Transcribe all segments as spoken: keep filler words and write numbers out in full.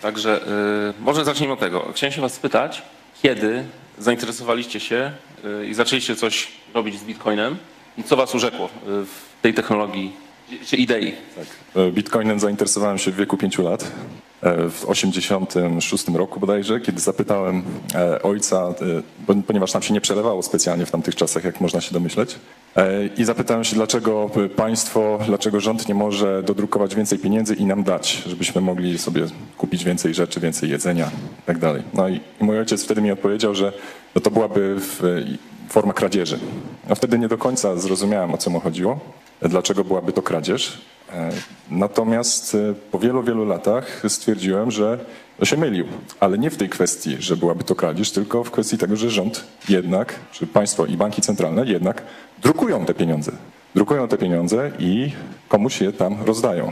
także y, może zacznijmy od tego. Chciałem się was spytać, kiedy zainteresowaliście się y, i zaczęliście coś robić z Bitcoinem i co was urzekło y, w tej technologii, czy idei? Tak. Bitcoinem zainteresowałem się w wieku pięciu lat. W osiemdziesiątym szóstym roku bodajże, kiedy zapytałem ojca, ponieważ tam się nie przelewało specjalnie w tamtych czasach, jak można się domyśleć, i zapytałem się, dlaczego państwo, dlaczego rząd nie może dodrukować więcej pieniędzy i nam dać, żebyśmy mogli sobie kupić więcej rzeczy, więcej jedzenia i tak dalej. No i mój ojciec wtedy mi odpowiedział, że no to byłaby forma kradzieży. A wtedy nie do końca zrozumiałem, o co mu chodziło, dlaczego byłaby to kradzież. Natomiast po wielu, wielu latach stwierdziłem, że się mylił, ale nie w tej kwestii, że byłaby to kradzież, tylko w kwestii tego, że rząd jednak, czy państwo i banki centralne jednak drukują te pieniądze. Drukują te pieniądze i komuś je tam rozdają.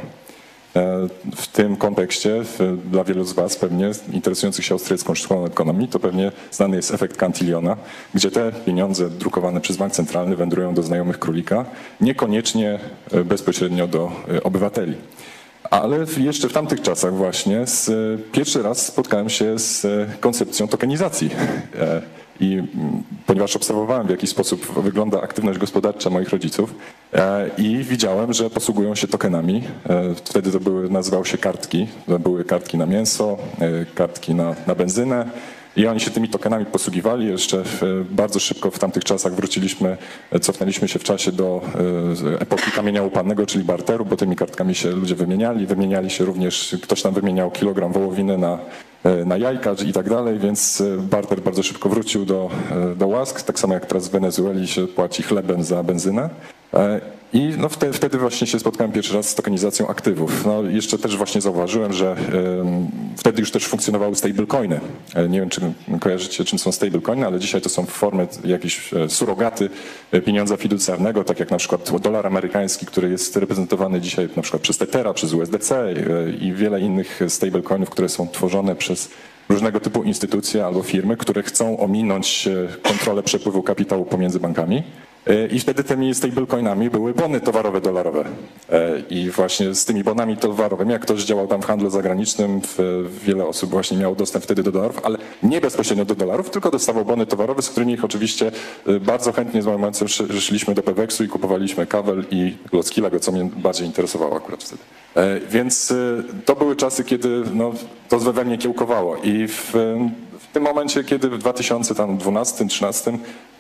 W tym kontekście dla wielu z was pewnie interesujących się austriacką szkołą ekonomii to pewnie znany jest efekt Cantillona, gdzie te pieniądze drukowane przez bank centralny wędrują do znajomych królika, niekoniecznie bezpośrednio do obywateli. Ale jeszcze w tamtych czasach właśnie z, pierwszy raz spotkałem się z koncepcją tokenizacji. I ponieważ obserwowałem, w jaki sposób wygląda aktywność gospodarcza moich rodziców i widziałem, że posługują się tokenami. Wtedy to były, nazywały się kartki. To były kartki na mięso, kartki na, na benzynę. I oni się tymi tokenami posługiwali. Jeszcze bardzo szybko w tamtych czasach wróciliśmy, cofnęliśmy się w czasie do epoki kamienia łupanego, czyli barteru, bo tymi kartkami się ludzie wymieniali. Wymieniali się również, ktoś tam wymieniał kilogram wołowiny na, na jajka i tak dalej, więc barter bardzo szybko wrócił do, do łask. Tak samo jak teraz w Wenezueli się płaci chlebem za benzynę. I no wtedy, wtedy właśnie się spotkałem pierwszy raz z tokenizacją aktywów. No jeszcze też właśnie zauważyłem, że um, wtedy już też funkcjonowały stablecoiny. Nie wiem, czy kojarzycie, czym są stablecoiny, ale dzisiaj to są formy jakieś surogaty pieniądza fiducjarnego, tak jak na przykład dolar amerykański, który jest reprezentowany dzisiaj na przykład przez Tethera, przez U S D C i wiele innych stablecoinów, które są tworzone przez różnego typu instytucje albo firmy, które chcą ominąć kontrolę przepływu kapitału pomiędzy bankami. I wtedy tymi stablecoinami były bony towarowe dolarowe. I właśnie z tymi bonami towarowymi, jak ktoś działał tam w handlu zagranicznym, wiele osób właśnie miało dostęp wtedy do dolarów, ale nie bezpośrednio do dolarów, tylko dostawał bony towarowe, z którymi ich oczywiście bardzo chętnie z moim ojcem szliśmy do Peweksu i kupowaliśmy kawel i Glockilego, co mnie bardziej interesowało akurat wtedy. Więc to były czasy, kiedy no, to we mnie kiełkowało i w, w tym momencie, kiedy w dwa tysiące dwunastym, dwa tysiące trzynastym,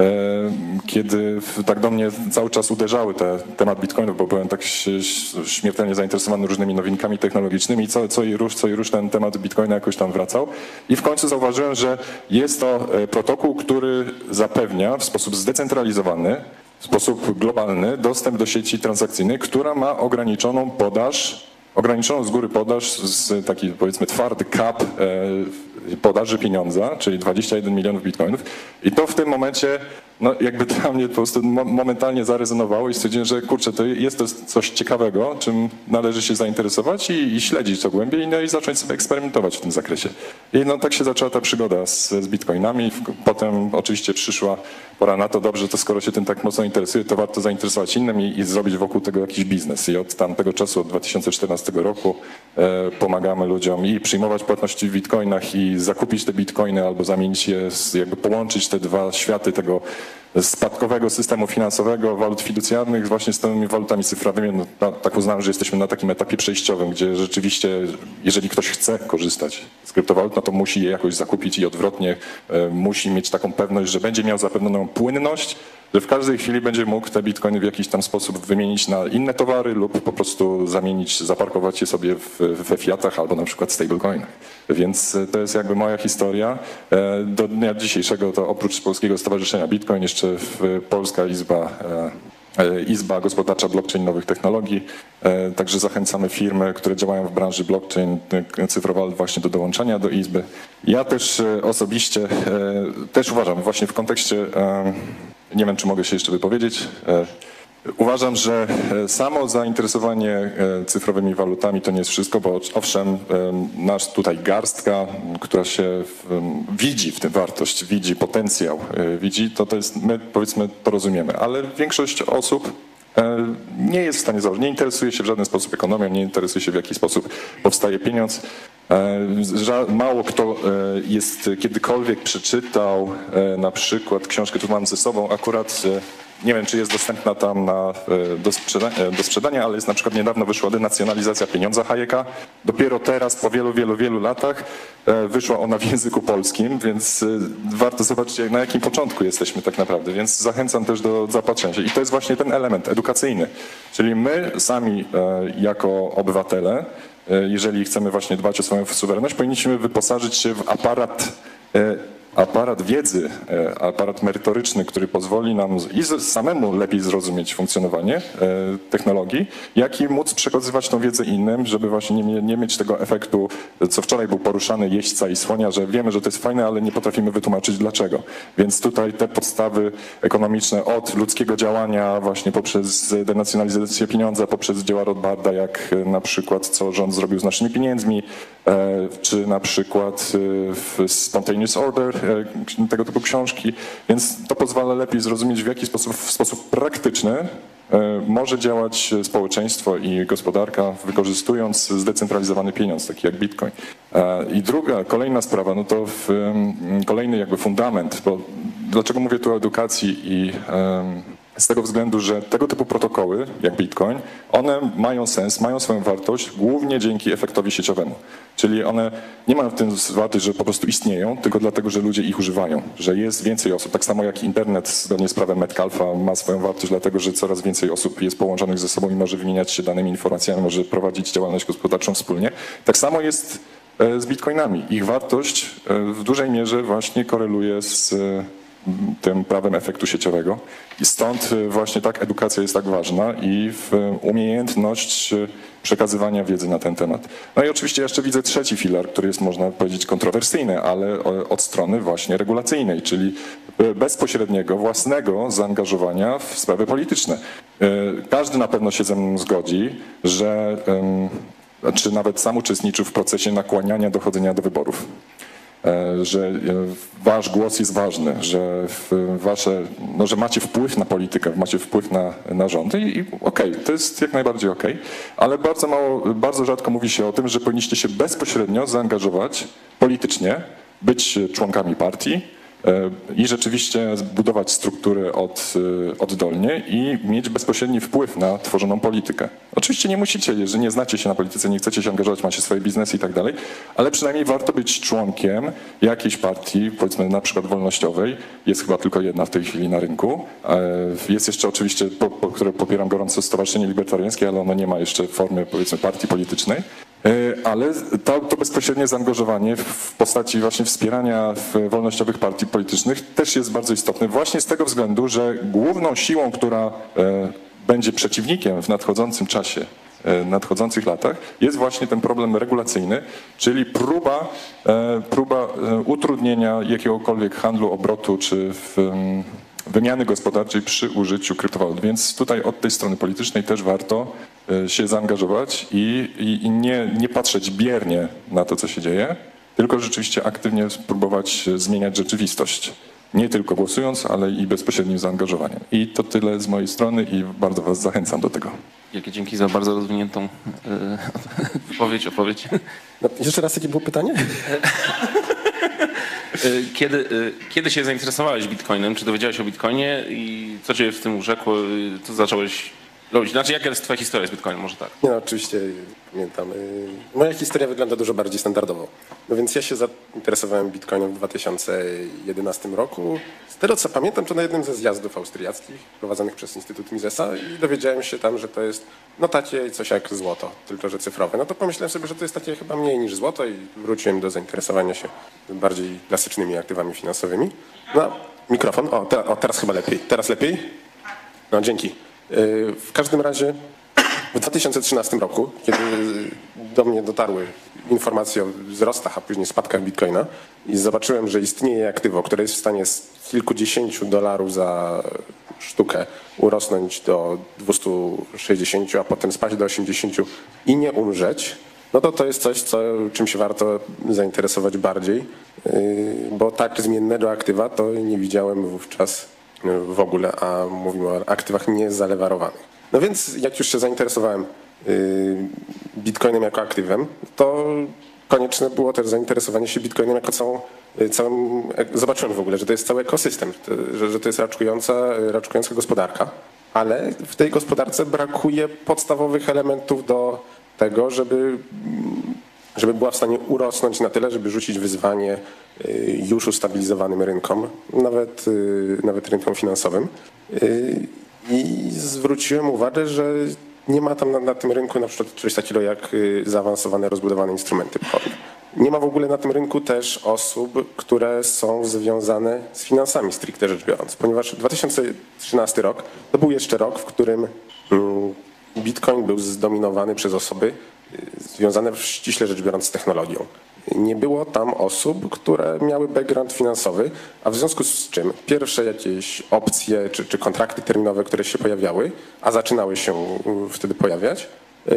kiedy tak do mnie cały czas uderzały te temat bitcoinów, bo byłem tak śmiertelnie zainteresowany różnymi nowinkami technologicznymi i co, co i rusz, co i rusz ten temat bitcoina jakoś tam wracał. I w końcu zauważyłem, że jest to protokół, który zapewnia w sposób zdecentralizowany, w sposób globalny dostęp do sieci transakcyjnej, która ma ograniczoną podaż, ograniczoną z góry podaż z taki powiedzmy twardy cap podaży pieniądza, czyli dwadzieścia jeden milionów bitcoinów. I to w tym momencie no jakby dla mnie po prostu momentalnie zarezonowało i stwierdziłem, że kurczę, to jest to coś ciekawego, czym należy się zainteresować i, i śledzić co głębiej, no i zacząć sobie eksperymentować w tym zakresie. I no tak się zaczęła ta przygoda z, z bitcoinami. Potem oczywiście przyszła pora na to, dobrze, to skoro się tym tak mocno interesuje, to warto zainteresować innym i, i zrobić wokół tego jakiś biznes. I od tamtego czasu, od dwa tysiące czternastego roku e, pomagamy ludziom i przyjmować płatności w bitcoinach i zakupić te bitcoiny albo zamienić je, jakby połączyć te dwa światy tego spadkowego systemu finansowego, walut fiducjarnych właśnie z tymi walutami cyfrowymi. No, tak uznałem, że jesteśmy na takim etapie przejściowym, gdzie rzeczywiście, jeżeli ktoś chce korzystać z kryptowalut, no to musi je jakoś zakupić i odwrotnie e, musi mieć taką pewność, że będzie miał zapewnioną płynność, że w każdej chwili będzie mógł te bitcoiny w jakiś tam sposób wymienić na inne towary lub po prostu zamienić, zaparkować je sobie w, we fiatach albo na przykład stablecoinach. Więc to jest jakby moja historia. Do dnia dzisiejszego to oprócz Polskiego Stowarzyszenia Bitcoin jeszcze Polska Izba Izba Gospodarcza Blockchain Nowych Technologii. Także zachęcamy firmy, które działają w branży blockchain cyfrowa właśnie do dołączania do Izby. Ja też osobiście też uważam właśnie w kontekście, nie wiem czy mogę się jeszcze wypowiedzieć, uważam, że samo zainteresowanie cyfrowymi walutami to nie jest wszystko, bo owszem, nasz tutaj garstka, która się widzi w tym wartość, widzi potencjał, widzi, to, to jest, my powiedzmy to rozumiemy, ale większość osób nie jest w stanie założyć, nie interesuje się w żaden sposób ekonomią, nie interesuje się w jaki sposób powstaje pieniądz. Ża- Mało kto jest kiedykolwiek przeczytał na przykład książkę, którą mam ze sobą, akurat nie wiem, czy jest dostępna tam na, do, sprzeda do sprzedania, ale jest na przykład niedawno wyszła Denacjonalizacja pieniądza Hayeka. Dopiero teraz, po wielu, wielu, wielu latach wyszła ona w języku polskim, więc warto zobaczyć, na jakim początku jesteśmy tak naprawdę, więc zachęcam też do zapatrzenia się. I to jest właśnie ten element edukacyjny, czyli my sami jako obywatele, jeżeli chcemy właśnie dbać o swoją suwerenność, powinniśmy wyposażyć się w aparat, aparat wiedzy, aparat merytoryczny, który pozwoli nam i samemu lepiej zrozumieć funkcjonowanie technologii, jak i móc przekazywać tą wiedzę innym, żeby właśnie nie, nie mieć tego efektu, co wczoraj był poruszany, jeźdźca i słonia, że wiemy, że to jest fajne, ale nie potrafimy wytłumaczyć dlaczego. Więc tutaj te podstawy ekonomiczne od ludzkiego działania właśnie poprzez denacjonalizację pieniądza, poprzez dzieła Rothbarda, jak na przykład co rząd zrobił z naszymi pieniędzmi, czy na przykład w Spontaneous Order, tego typu książki, więc to pozwala lepiej zrozumieć, w jaki sposób, w sposób praktyczny może działać społeczeństwo i gospodarka, wykorzystując zdecentralizowany pieniądz, taki jak Bitcoin. I druga, kolejna sprawa, no to w, kolejny jakby fundament, bo dlaczego mówię tu o edukacji i z tego względu, że tego typu protokoły, jak Bitcoin, one mają sens, mają swoją wartość głównie dzięki efektowi sieciowemu. Czyli one nie mają w tym wartość, że po prostu istnieją, tylko dlatego, że ludzie ich używają, że jest więcej osób. Tak samo jak internet zgodnie z prawem Metcalfa ma swoją wartość, dlatego że coraz więcej osób jest połączonych ze sobą i może wymieniać się danymi informacjami, może prowadzić działalność gospodarczą wspólnie. Tak samo jest z Bitcoinami. Ich wartość w dużej mierze właśnie koreluje z tym prawem efektu sieciowego. I stąd właśnie tak edukacja jest tak ważna i umiejętność przekazywania wiedzy na ten temat. No i oczywiście jeszcze widzę trzeci filar, który jest, można powiedzieć, kontrowersyjny, ale od strony właśnie regulacyjnej, czyli bezpośredniego, własnego zaangażowania w sprawy polityczne. Każdy na pewno się ze mną zgodzi, że czy nawet sam uczestniczył w procesie nakłaniania dochodzenia do wyborów. Że wasz głos jest ważny, że wasze, no, że macie wpływ na politykę, macie wpływ na, na rządy i, i okej, okay, to jest jak najbardziej okej, okay. Ale bardzo mało, bardzo rzadko mówi się o tym, że powinniście się bezpośrednio zaangażować politycznie, być członkami partii i rzeczywiście zbudować struktury od, oddolnie i mieć bezpośredni wpływ na tworzoną politykę. Oczywiście nie musicie, jeżeli nie znacie się na polityce, nie chcecie się angażować, macie swoje biznesy i tak dalej, ale przynajmniej warto być członkiem jakiejś partii, powiedzmy na przykład wolnościowej, jest chyba tylko jedna w tej chwili na rynku. Jest jeszcze oczywiście, po, po, które popieram gorąco, Stowarzyszenie Libertariańskie, ale ono nie ma jeszcze formy, powiedzmy, partii politycznej. Ale to, to bezpośrednie zaangażowanie w postaci właśnie wspierania wolnościowych partii politycznych też jest bardzo istotne właśnie z tego względu, że główną siłą, która będzie przeciwnikiem w nadchodzącym czasie, nadchodzących latach, jest właśnie ten problem regulacyjny, czyli próba, próba utrudnienia jakiegokolwiek handlu, obrotu czy w wymiany gospodarczej przy użyciu kryptowalut. Więc tutaj od tej strony politycznej też warto się zaangażować i, i, i nie, nie patrzeć biernie na to, co się dzieje, tylko rzeczywiście aktywnie spróbować zmieniać rzeczywistość. Nie tylko głosując, ale i bezpośrednim zaangażowaniem. I to tyle z mojej strony i bardzo was zachęcam do tego. Wielkie dzięki za bardzo rozwiniętą wypowiedź, odpowiedź. No, jeszcze raz, jakie było pytanie? Kiedy, kiedy się zainteresowałeś Bitcoinem? Czy dowiedziałeś o Bitcoinie i co cię w tym urzekło? Co zacząłeś robić? Znaczy, jaka jest twoja historia z Bitcoinem? Może tak? Nie, no, oczywiście pamiętam. Moja historia wygląda dużo bardziej standardowo. No więc ja się zainteresowałem Bitcoinem w dwa tysiące jedenastym roku. Z tego, co pamiętam, to na jednym ze zjazdów austriackich prowadzonych przez Instytut Misesa i dowiedziałem się tam, że to jest no takie coś jak złoto, tylko że cyfrowe. No to pomyślałem sobie, że to jest takie chyba mniej niż złoto i wróciłem do zainteresowania się bardziej klasycznymi aktywami finansowymi. No, mikrofon. O, te, o teraz chyba lepiej. Teraz lepiej? No, dzięki. W każdym razie w dwa tysiące trzynastym roku, kiedy do mnie dotarły informacje o wzrostach, a później spadkach Bitcoina i zobaczyłem, że istnieje aktywo, które jest w stanie z kilkudziesięciu dolarów za sztukę urosnąć do dwustu sześćdziesięciu, a potem spaść do osiemdziesięciu i nie umrzeć, no to to jest coś, co, czym się warto zainteresować bardziej, bo tak zmiennego aktywa to nie widziałem wówczas w ogóle, a mówimy o aktywach niezalewarowanych. No więc jak już się zainteresowałem Bitcoinem jako aktywem, to konieczne było też zainteresowanie się Bitcoinem jako całą, całym, zobaczyłem w ogóle, że to jest cały ekosystem, że, że to jest raczkująca, raczkująca gospodarka, ale w tej gospodarce brakuje podstawowych elementów do tego, żeby, żeby była w stanie urosnąć na tyle, żeby rzucić wyzwanie już ustabilizowanym rynkom, nawet, nawet rynkom finansowym. I zwróciłem uwagę, że nie ma tam na, na tym rynku na przykład czegoś takiego jak zaawansowane, rozbudowane instrumenty pochodne. Nie ma w ogóle na tym rynku też osób, które są związane z finansami stricte rzecz biorąc, ponieważ dwa tysiące trzynasty rok to był jeszcze rok, w którym Bitcoin był zdominowany przez osoby związane ściśle rzecz biorąc z technologią. Nie było tam osób, które miały background finansowy, a w związku z czym pierwsze jakieś opcje czy, czy kontrakty terminowe, które się pojawiały, a zaczynały się wtedy pojawiać,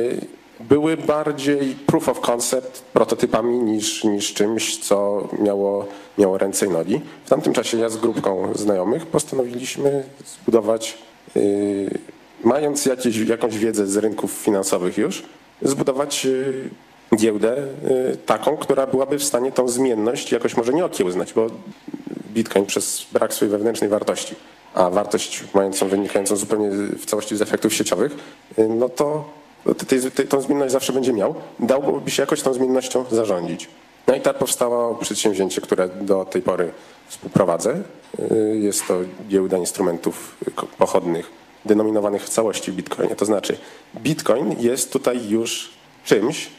były bardziej proof of concept prototypami niż, niż czymś, co miało, miało ręce i nogi. W tamtym czasie ja z grupką znajomych postanowiliśmy zbudować, yy, mając jakieś, jakąś wiedzę z rynków finansowych już, zbudować yy, giełdę yy, taką, która byłaby w stanie tą zmienność jakoś może nie okiełznać, bo Bitcoin przez brak swojej wewnętrznej wartości, a wartość mającą wynikającą zupełnie w całości z efektów sieciowych, yy, no to tej, tej, tą zmienność zawsze będzie miał, dałoby się jakoś tą zmiennością zarządzić. No i tak powstało przedsięwzięcie, które do tej pory współprowadzę. Jest to giełda instrumentów pochodnych denominowanych w całości w Bitcoinie. To znaczy Bitcoin jest tutaj już czymś,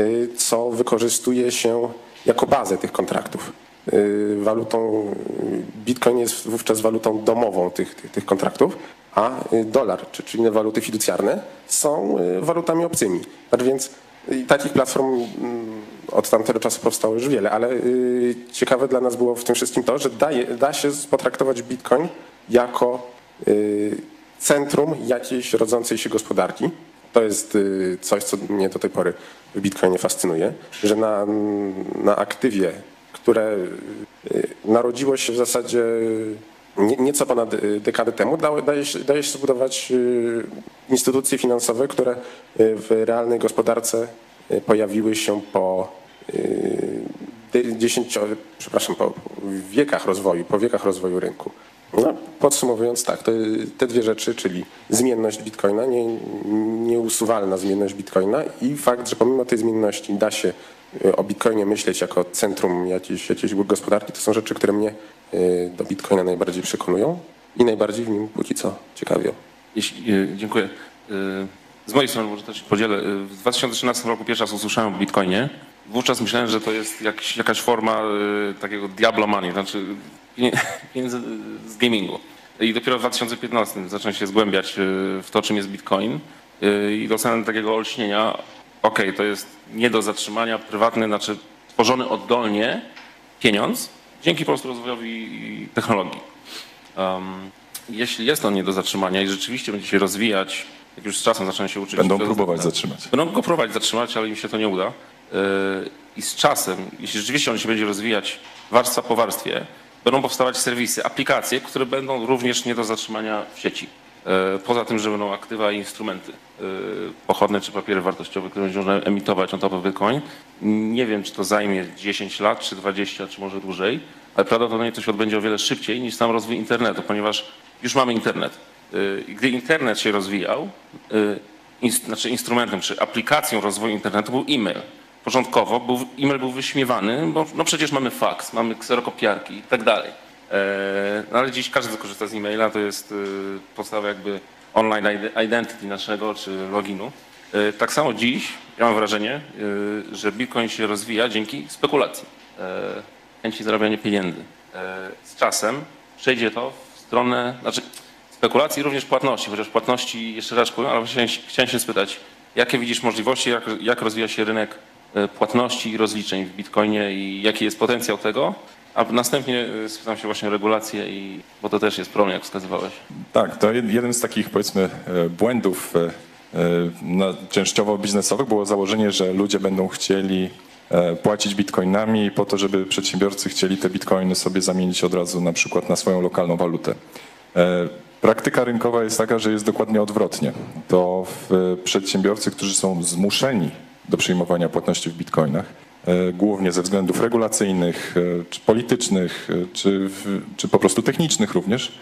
co wykorzystuje się jako bazę tych kontraktów. Walutą, Bitcoin jest wówczas walutą domową tych, tych, tych kontraktów, a dolar czy, czy inne waluty fiducjarne są walutami obcymi. Tak więc takich platform od tamtego czasu powstało już wiele, ale ciekawe dla nas było w tym wszystkim to, że daje, da się potraktować Bitcoin jako centrum jakiejś rodzącej się gospodarki. To jest coś, co mnie do tej pory w Bitcoinie fascynuje, że na, na aktywie, które narodziło się w zasadzie nieco ponad dekadę temu, daje, daje, się, daje się zbudować instytucje finansowe, które w realnej gospodarce pojawiły się po dziesięcio, przepraszam, po wiekach rozwoju, po wiekach rozwoju rynku. No, podsumowując tak, to te dwie rzeczy, czyli zmienność Bitcoina, nie, nieusuwalna zmienność Bitcoina i fakt, że pomimo tej zmienności da się o Bitcoinie myśleć jako centrum jakiejś, jakiejś gospodarki, to są rzeczy, które mnie do Bitcoina najbardziej przekonują i najbardziej w nim póki co ciekawią. Jeśli, dziękuję. Z mojej strony może też podzielę. W dwa tysiące trzynastym roku pierwszy raz usłyszałem o Bitcoinie. Wówczas myślałem, że to jest jakaś, jakaś forma takiego Diablo Money, znaczy pieniędzy z gamingu. I dopiero w dwa tysiące piętnastym zacząłem się zgłębiać w to, czym jest Bitcoin i dostałem takiego olśnienia, okej, okay, to jest nie do zatrzymania, prywatny, znaczy tworzony oddolnie pieniądz dzięki po prostu rozwojowi technologii. Um, jeśli jest on nie do zatrzymania i rzeczywiście będzie się rozwijać, jak już z czasem zaczyna się uczyć... Będą próbować zatrzymać. Będą go próbować zatrzymać, ale im się to nie uda. I z czasem, jeśli rzeczywiście on się będzie rozwijać warstwa po warstwie, będą powstawać serwisy, aplikacje, które będą również nie do zatrzymania w sieci. Poza tym, że będą aktywa i instrumenty pochodne czy papiery wartościowe, które będzie można emitować na top of Bitcoin. Nie wiem, czy to zajmie dziesięć lat, czy dwadzieścia, czy może dłużej, ale prawdopodobnie to się odbędzie o wiele szybciej niż sam rozwój internetu, ponieważ już mamy internet. I gdy internet się rozwijał, znaczy instrumentem czy aplikacją rozwoju internetu był e-mail. Początkowo był, e-mail był wyśmiewany, bo no przecież mamy fax, mamy kserokopiarki i tak dalej. No ale dziś każdy korzysta z e-maila, to jest podstawa jakby online identity naszego czy loginu. Tak samo dziś ja mam wrażenie, że Bitcoin się rozwija dzięki spekulacji, chęci zarabiania pieniędzy. Z czasem przejdzie to w stronę, znaczy spekulacji również płatności, chociaż płatności jeszcze raczkują, ale chciałem, chciałem się spytać, jakie widzisz możliwości, jak, jak rozwija się rynek płatności i rozliczeń w Bitcoinie i jaki jest potencjał tego? A następnie spytam się właśnie o regulację, i, bo to też jest problem, jak wskazywałeś. Tak, to jeden z takich, powiedzmy, błędów częściowo biznesowych było założenie, że ludzie będą chcieli płacić bitcoinami po to, żeby przedsiębiorcy chcieli te bitcoiny sobie zamienić od razu na przykład na swoją lokalną walutę. Praktyka rynkowa jest taka, że jest dokładnie odwrotnie. To przedsiębiorcy, którzy są zmuszeni do przyjmowania płatności w bitcoinach, głównie ze względów regulacyjnych, czy politycznych, czy, czy po prostu technicznych również,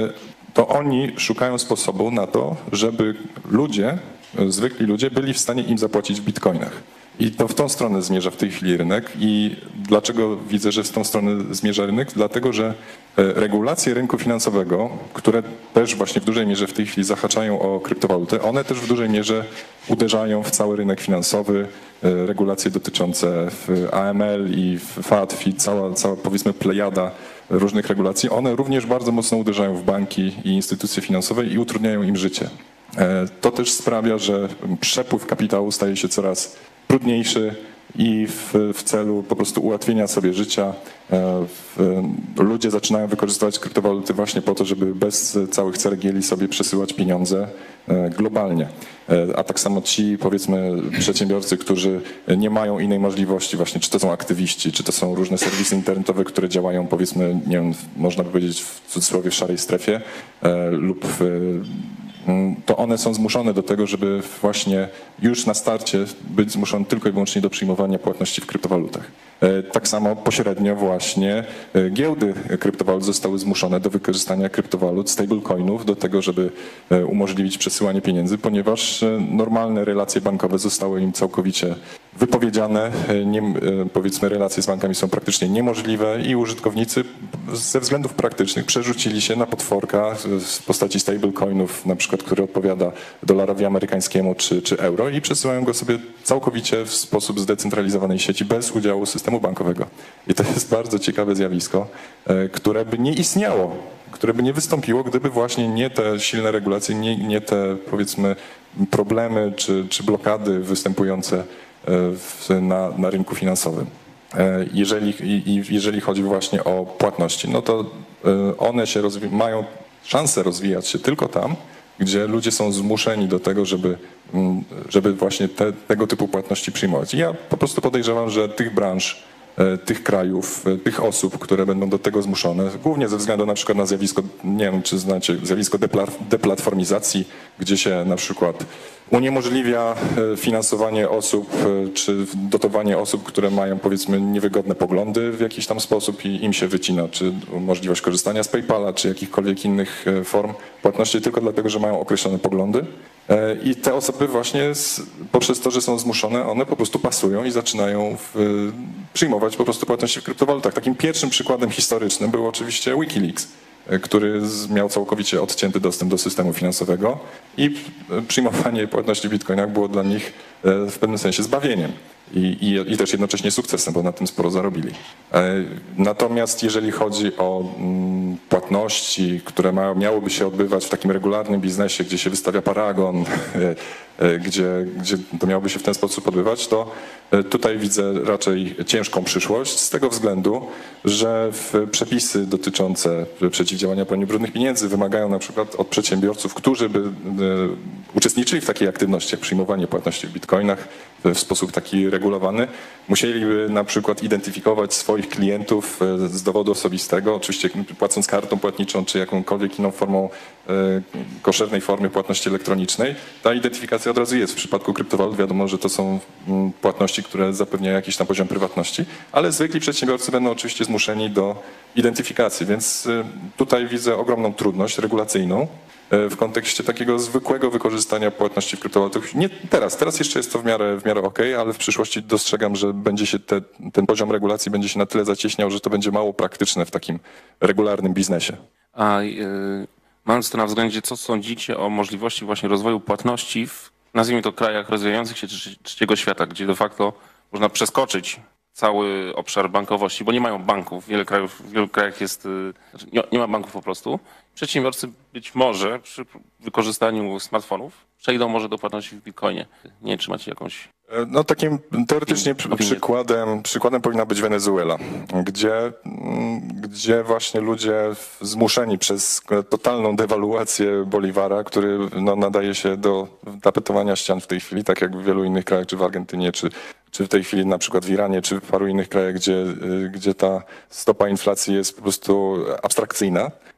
to oni szukają sposobu na to, żeby ludzie, zwykli ludzie byli w stanie im zapłacić w bitcoinach. I to w tą stronę zmierza w tej chwili rynek. I dlaczego widzę, że w tą stronę zmierza rynek? Dlatego, że regulacje rynku finansowego, które też właśnie w dużej mierze w tej chwili zahaczają o kryptowaluty, one też w dużej mierze uderzają w cały rynek finansowy. Regulacje dotyczące A M L i F A T F i cała, cała powiedzmy plejada różnych regulacji, one również bardzo mocno uderzają w banki i instytucje finansowe i utrudniają im życie. To też sprawia, że przepływ kapitału staje się coraz trudniejszy i w, w celu po prostu ułatwienia sobie życia w, ludzie zaczynają wykorzystywać kryptowaluty właśnie po to, żeby bez całych ceregieli sobie przesyłać pieniądze globalnie. A tak samo ci, powiedzmy, przedsiębiorcy, którzy nie mają innej możliwości, właśnie czy to są aktywiści, czy to są różne serwisy internetowe, które działają, powiedzmy, nie wiem, można by powiedzieć w cudzysłowie w szarej strefie lub w, to one są zmuszone do tego, żeby właśnie już na starcie być zmuszone tylko i wyłącznie do przyjmowania płatności w kryptowalutach. Tak samo pośrednio właśnie giełdy kryptowalut zostały zmuszone do wykorzystania kryptowalut, stablecoinów do tego, żeby umożliwić przesyłanie pieniędzy, ponieważ normalne relacje bankowe zostały im całkowicie wypowiedziane. Nie, powiedzmy, relacje z bankami są praktycznie niemożliwe i użytkownicy ze względów praktycznych przerzucili się na potworka w postaci stablecoinów, na przykład, który odpowiada dolarowi amerykańskiemu czy, czy euro i przesyłają go sobie całkowicie w sposób zdecentralizowanej sieci bez udziału systemu bankowego. I to jest bardzo ciekawe zjawisko, które by nie istniało, które by nie wystąpiło, gdyby właśnie nie te silne regulacje, nie, nie te, powiedzmy, problemy czy, czy blokady występujące w, na, na rynku finansowym. Jeżeli, i, jeżeli chodzi właśnie o płatności, no to one się rozwi- mają szansę rozwijać się tylko tam, gdzie ludzie są zmuszeni do tego, żeby, żeby właśnie te, tego typu płatności przyjmować. I ja po prostu podejrzewam, że tych branż, tych krajów, tych osób, które będą do tego zmuszone, głównie ze względu na przykład na zjawisko, nie wiem czy znacie, zjawisko deplatformizacji, gdzie się na przykład uniemożliwia finansowanie osób czy dotowanie osób, które mają, powiedzmy, niewygodne poglądy w jakiś tam sposób i im się wycina, czy możliwość korzystania z PayPala, czy jakichkolwiek innych form płatności tylko dlatego, że mają określone poglądy. I te osoby właśnie z, poprzez to, że są zmuszone, one po prostu pasują i zaczynają w, przyjmować po prostu płatności w kryptowalutach. Takim pierwszym przykładem historycznym był oczywiście Wikileaks, który miał całkowicie odcięty dostęp do systemu finansowego i przyjmowanie płatności w bitcoinach było dla nich w pewnym sensie zbawieniem i, i, i też jednocześnie sukcesem, bo na tym sporo zarobili. Natomiast jeżeli chodzi o płatności, które ma, miałyby się odbywać w takim regularnym biznesie, gdzie się wystawia paragon, gdzie, gdzie to miałoby się w ten sposób odbywać, to tutaj widzę raczej ciężką przyszłość z tego względu, że przepisy dotyczące przeciwdziałania praniu brudnych pieniędzy wymagają na przykład od przedsiębiorców, którzy by uczestniczyli w takiej aktywności jak przyjmowanie płatności w bitcoinach w sposób taki regulowany, musieliby na przykład identyfikować swoich klientów z dowodu osobistego, oczywiście płacąc kartą płatniczą czy jakąkolwiek inną formą koszernej formy płatności elektronicznej. Ta identyfikacja od razu jest. W przypadku kryptowalut wiadomo, że to są płatności, które zapewniają jakiś tam poziom prywatności, ale zwykli przedsiębiorcy będą oczywiście zmuszeni do identyfikacji, więc tutaj widzę ogromną trudność regulacyjną w kontekście takiego zwykłego wykorzystania płatności w kryptowalutach. Nie teraz, teraz jeszcze jest to w miarę, w miarę okej, ale w przyszłości dostrzegam, że będzie się te, ten poziom regulacji będzie się na tyle zacieśniał, że to będzie mało praktyczne w takim regularnym biznesie. A yy, mając to na względzie, co sądzicie o możliwości właśnie rozwoju płatności w, nazwijmy to, krajach rozwijających się czy trzeciego świata, gdzie de facto można przeskoczyć cały obszar bankowości, bo nie mają banków. Wiele krajów, w wielu krajach jest, nie, nie ma banków po prostu. Przedsiębiorcy być może przy wykorzystaniu smartfonów przejdą może do płatności w bitcoinie. Nie wiem, czy macie jakąś... No takim teoretycznie opinię. przykładem, przykładem powinna być Wenezuela, gdzie, gdzie właśnie ludzie zmuszeni przez totalną dewaluację boliwara, który no, nadaje się do tapetowania ścian w tej chwili, tak jak w wielu innych krajach, czy w Argentynie, czy, czy w tej chwili na przykład w Iranie, czy w paru innych krajach, gdzie, gdzie ta stopa inflacji jest po prostu abstrakcyjna.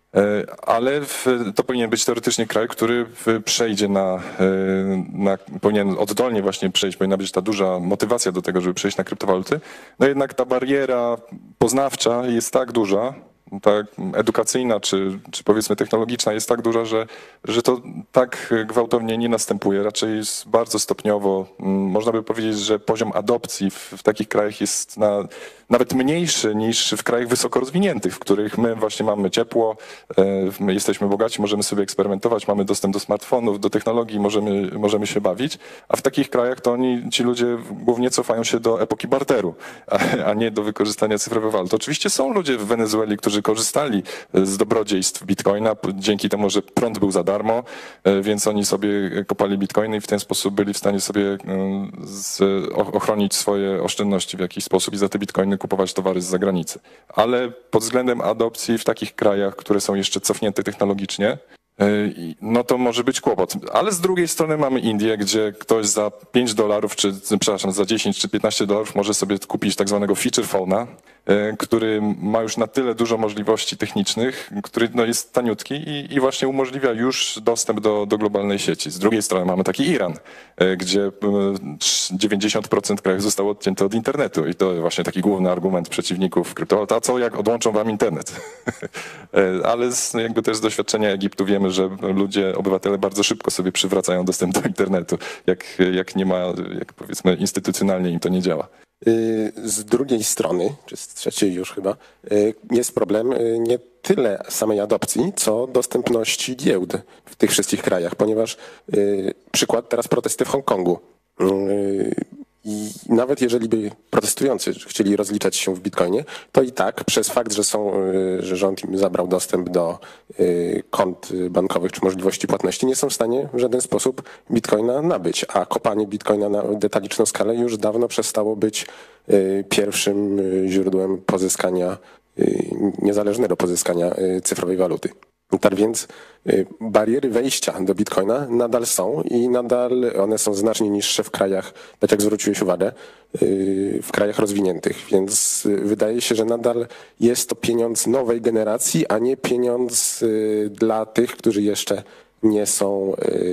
Ale w, to powinien być teoretycznie kraj, który przejdzie na, na, powinien oddolnie właśnie przejść, powinna być ta duża motywacja do tego, żeby przejść na kryptowaluty. No jednak ta bariera poznawcza jest tak duża, tak edukacyjna czy, czy powiedzmy technologiczna jest tak duża, że, że to tak gwałtownie nie następuje. Raczej jest bardzo stopniowo. Można by powiedzieć, że poziom adopcji w, w takich krajach jest na, nawet mniejszy niż w krajach wysoko rozwiniętych, w których my właśnie mamy ciepło, my jesteśmy bogaci, możemy sobie eksperymentować, mamy dostęp do smartfonów, do technologii, możemy, możemy się bawić, a w takich krajach to oni, ci ludzie głównie cofają się do epoki barteru, a, a nie do wykorzystania cyfrowych walut. Oczywiście są ludzie w Wenezueli, którzy korzystali z dobrodziejstw bitcoina dzięki temu, że prąd był za darmo, więc oni sobie kopali bitcoiny i w ten sposób byli w stanie sobie z, ochronić swoje oszczędności w jakiś sposób i za te bitcoiny kupować towary z zagranicy. Ale pod względem adopcji w takich krajach, które są jeszcze cofnięte technologicznie, no to może być kłopot. Ale z drugiej strony mamy Indię, gdzie ktoś za pięć dolarów, czy przepraszam, za dziesięć czy piętnaście dolarów może sobie kupić tak zwanego feature phone'a, który ma już na tyle dużo możliwości technicznych, który no jest taniutki i, i właśnie umożliwia już dostęp do, do globalnej sieci. Z drugiej strony mamy taki Iran, gdzie dziewięćdziesiąt procent krajów zostało odcięte od internetu i to właśnie taki główny argument przeciwników kryptowalut. A co jak odłączą wam internet? Ale z, jakby też z doświadczenia Egiptu wiemy, że ludzie, obywatele bardzo szybko sobie przywracają dostęp do internetu, jak, jak nie ma, jak powiedzmy instytucjonalnie im to nie działa. Z drugiej strony, czy z trzeciej już chyba, jest problem nie tyle samej adopcji, co dostępności giełd w tych wszystkich krajach, ponieważ przykład teraz protesty w Hongkongu. I nawet jeżeli by protestujący chcieli rozliczać się w bitcoinie, to i tak przez fakt, że są, że rząd im zabrał dostęp do kont bankowych czy możliwości płatności, nie są w stanie w żaden sposób bitcoina nabyć, a kopanie bitcoina na detaliczną skalę już dawno przestało być pierwszym źródłem pozyskania, niezależnego pozyskania cyfrowej waluty. Tak więc bariery wejścia do bitcoina nadal są i nadal one są znacznie niższe w krajach, tak jak zwróciłeś uwagę, w krajach rozwiniętych. Więc wydaje się, że nadal jest to pieniądz nowej generacji, a nie pieniądz dla tych, którzy jeszcze nie są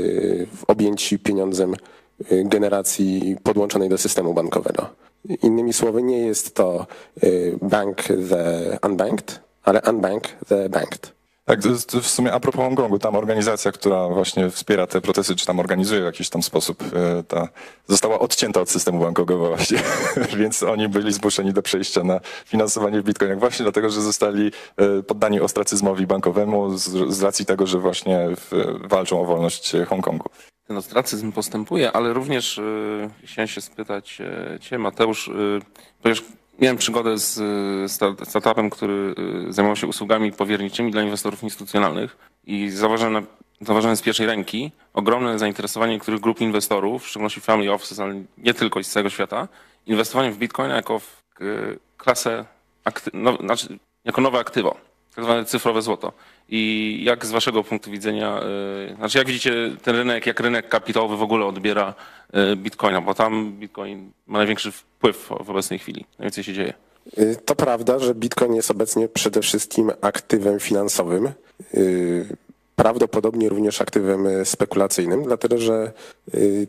objęci pieniądzem generacji podłączonej do systemu bankowego. Innymi słowy, nie jest to bank the unbanked, ale unbank the banked. Tak, w sumie a propos Hongkongu, tam organizacja, która właśnie wspiera te protesty, czy tam organizuje w jakiś tam sposób, ta została odcięta od systemu bankowego właśnie, więc oni byli zmuszeni do przejścia na finansowanie w bitcoinach właśnie dlatego, że zostali poddani ostracyzmowi bankowemu z, z racji tego, że właśnie walczą o wolność Hongkongu. Ten ostracyzm postępuje, ale również yy, chciałem się spytać yy, cię, Mateusz, yy, ponieważ miałem przygodę z startupem, który zajmował się usługami powierniczymi dla inwestorów instytucjonalnych i zauważyłem, na, zauważyłem z pierwszej ręki ogromne zainteresowanie niektórych grup inwestorów, w szczególności family offices, ale nie tylko z całego świata, inwestowaniem w bitcoina jako w klasę, akty, no, znaczy jako nowe aktywo, tak zwane cyfrowe złoto. I jak z waszego punktu widzenia, yy, znaczy jak widzicie ten rynek, jak rynek kapitałowy w ogóle odbiera yy, bitcoina, bo tam bitcoin ma największy wpływ w obecnej chwili, najwięcej się dzieje. To prawda, że bitcoin jest obecnie przede wszystkim aktywem finansowym, yy, prawdopodobnie również aktywem spekulacyjnym, dlatego że yy,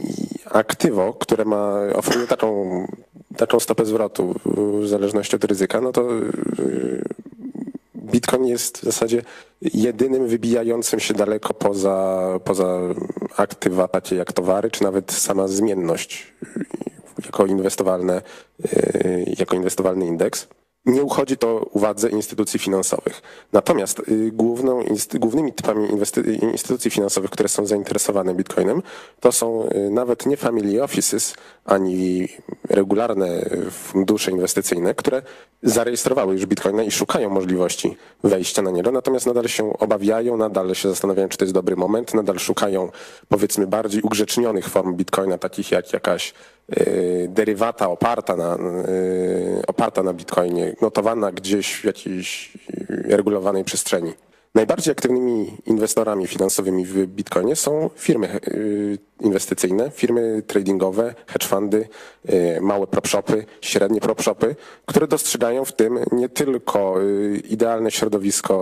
aktywo, które ma, oferuje taką, taką stopę zwrotu w zależności od ryzyka, no to yy, Bitcoin jest w zasadzie jedynym wybijającym się daleko poza, poza aktywa takie jak towary, czy nawet sama zmienność jako inwestowalne, jako inwestowalny indeks. Nie uchodzi to uwadze instytucji finansowych. Natomiast główną, głównymi typami instytucji finansowych, które są zainteresowane Bitcoinem, to są nawet nie family offices, ani regularne fundusze inwestycyjne, które zarejestrowały już Bitcoina i szukają możliwości wejścia na niego, natomiast nadal się obawiają, nadal się zastanawiają, czy to jest dobry moment, nadal szukają powiedzmy bardziej ugrzecznionych form Bitcoina, takich jak jakaś y, derywata oparta na, y, oparta na Bitcoinie, notowana gdzieś w jakiejś regulowanej przestrzeni. Najbardziej aktywnymi inwestorami finansowymi w Bitcoinie są firmy inwestycyjne, firmy tradingowe, hedge fundy, małe prop-shopy, średnie prop-shopy, które dostrzegają w tym nie tylko idealne środowisko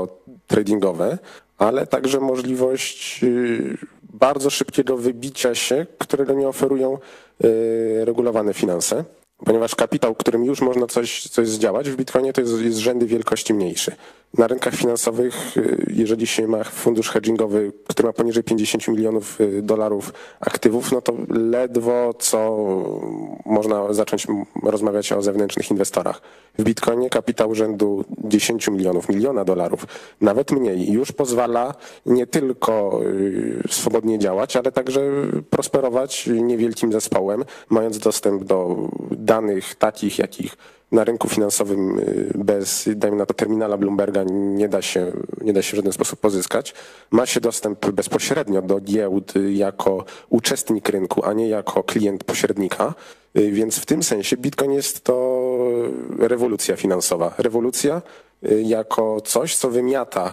tradingowe, ale także możliwość y, bardzo szybkiego wybicia się, którego nie oferują y, regulowane finanse. Ponieważ kapitał, którym już można coś, coś zdziałać w Bitcoinie, to jest, jest rzędy wielkości mniejszy. Na rynkach finansowych, jeżeli się ma fundusz hedgingowy, który ma poniżej pięćdziesiąt milionów dolarów aktywów, no to ledwo co można zacząć rozmawiać o zewnętrznych inwestorach. W Bitcoinie kapitał rzędu dziesięć milionów, miliona dolarów, nawet mniej, już pozwala nie tylko swobodnie działać, ale także prosperować niewielkim zespołem, mając dostęp do danych takich, jakich na rynku finansowym bez, dajmy na to, terminala Bloomberga nie da się, nie da się w żaden sposób pozyskać. Ma się dostęp bezpośrednio do giełd jako uczestnik rynku, a nie jako klient pośrednika. Więc w tym sensie Bitcoin jest to rewolucja finansowa. Rewolucja jako coś, co wymiata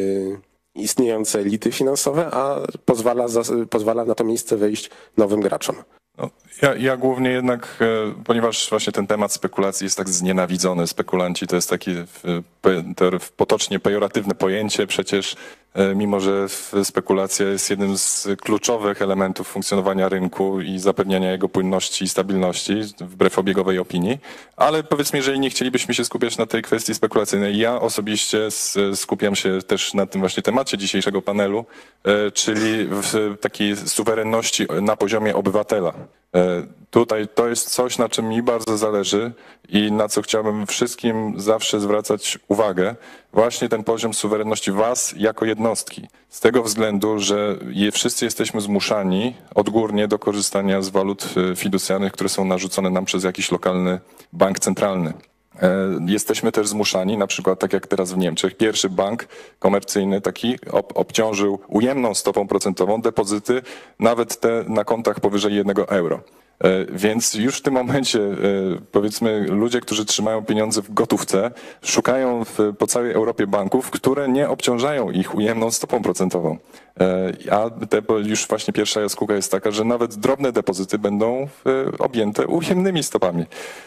istniejące elity finansowe, a pozwala, pozwala na to miejsce wejść nowym graczom. No, ja, ja głównie jednak, e, ponieważ właśnie ten temat spekulacji jest tak znienawidzony, spekulanci to jest takie w, te, potocznie pejoratywne pojęcie, przecież e, mimo że spekulacja jest jednym z kluczowych elementów funkcjonowania rynku i zapewniania jego płynności i stabilności, wbrew obiegowej opinii, ale powiedzmy, jeżeli nie chcielibyśmy się skupiać na tej kwestii spekulacyjnej, ja osobiście skupiam się też na tym właśnie temacie dzisiejszego panelu, e, czyli w takiej suwerenności na poziomie obywatela. Tutaj to jest coś, na czym mi bardzo zależy i na co chciałbym wszystkim zawsze zwracać uwagę. Właśnie ten poziom suwerenności was jako jednostki. Z tego względu, że je wszyscy jesteśmy zmuszani odgórnie do korzystania z walut fiducjalnych, które są narzucone nam przez jakiś lokalny bank centralny. Jesteśmy też zmuszani, na przykład tak jak teraz w Niemczech, pierwszy bank komercyjny taki ob, obciążył ujemną stopą procentową depozyty, nawet te na kontach powyżej jednego euro. Więc już w tym momencie, powiedzmy, ludzie, którzy trzymają pieniądze w gotówce, szukają w, po całej Europie banków, które nie obciążają ich ujemną stopą procentową. A te, już właśnie pierwsza jaskółka jest taka, że nawet drobne depozyty będą objęte ujemnymi stopami.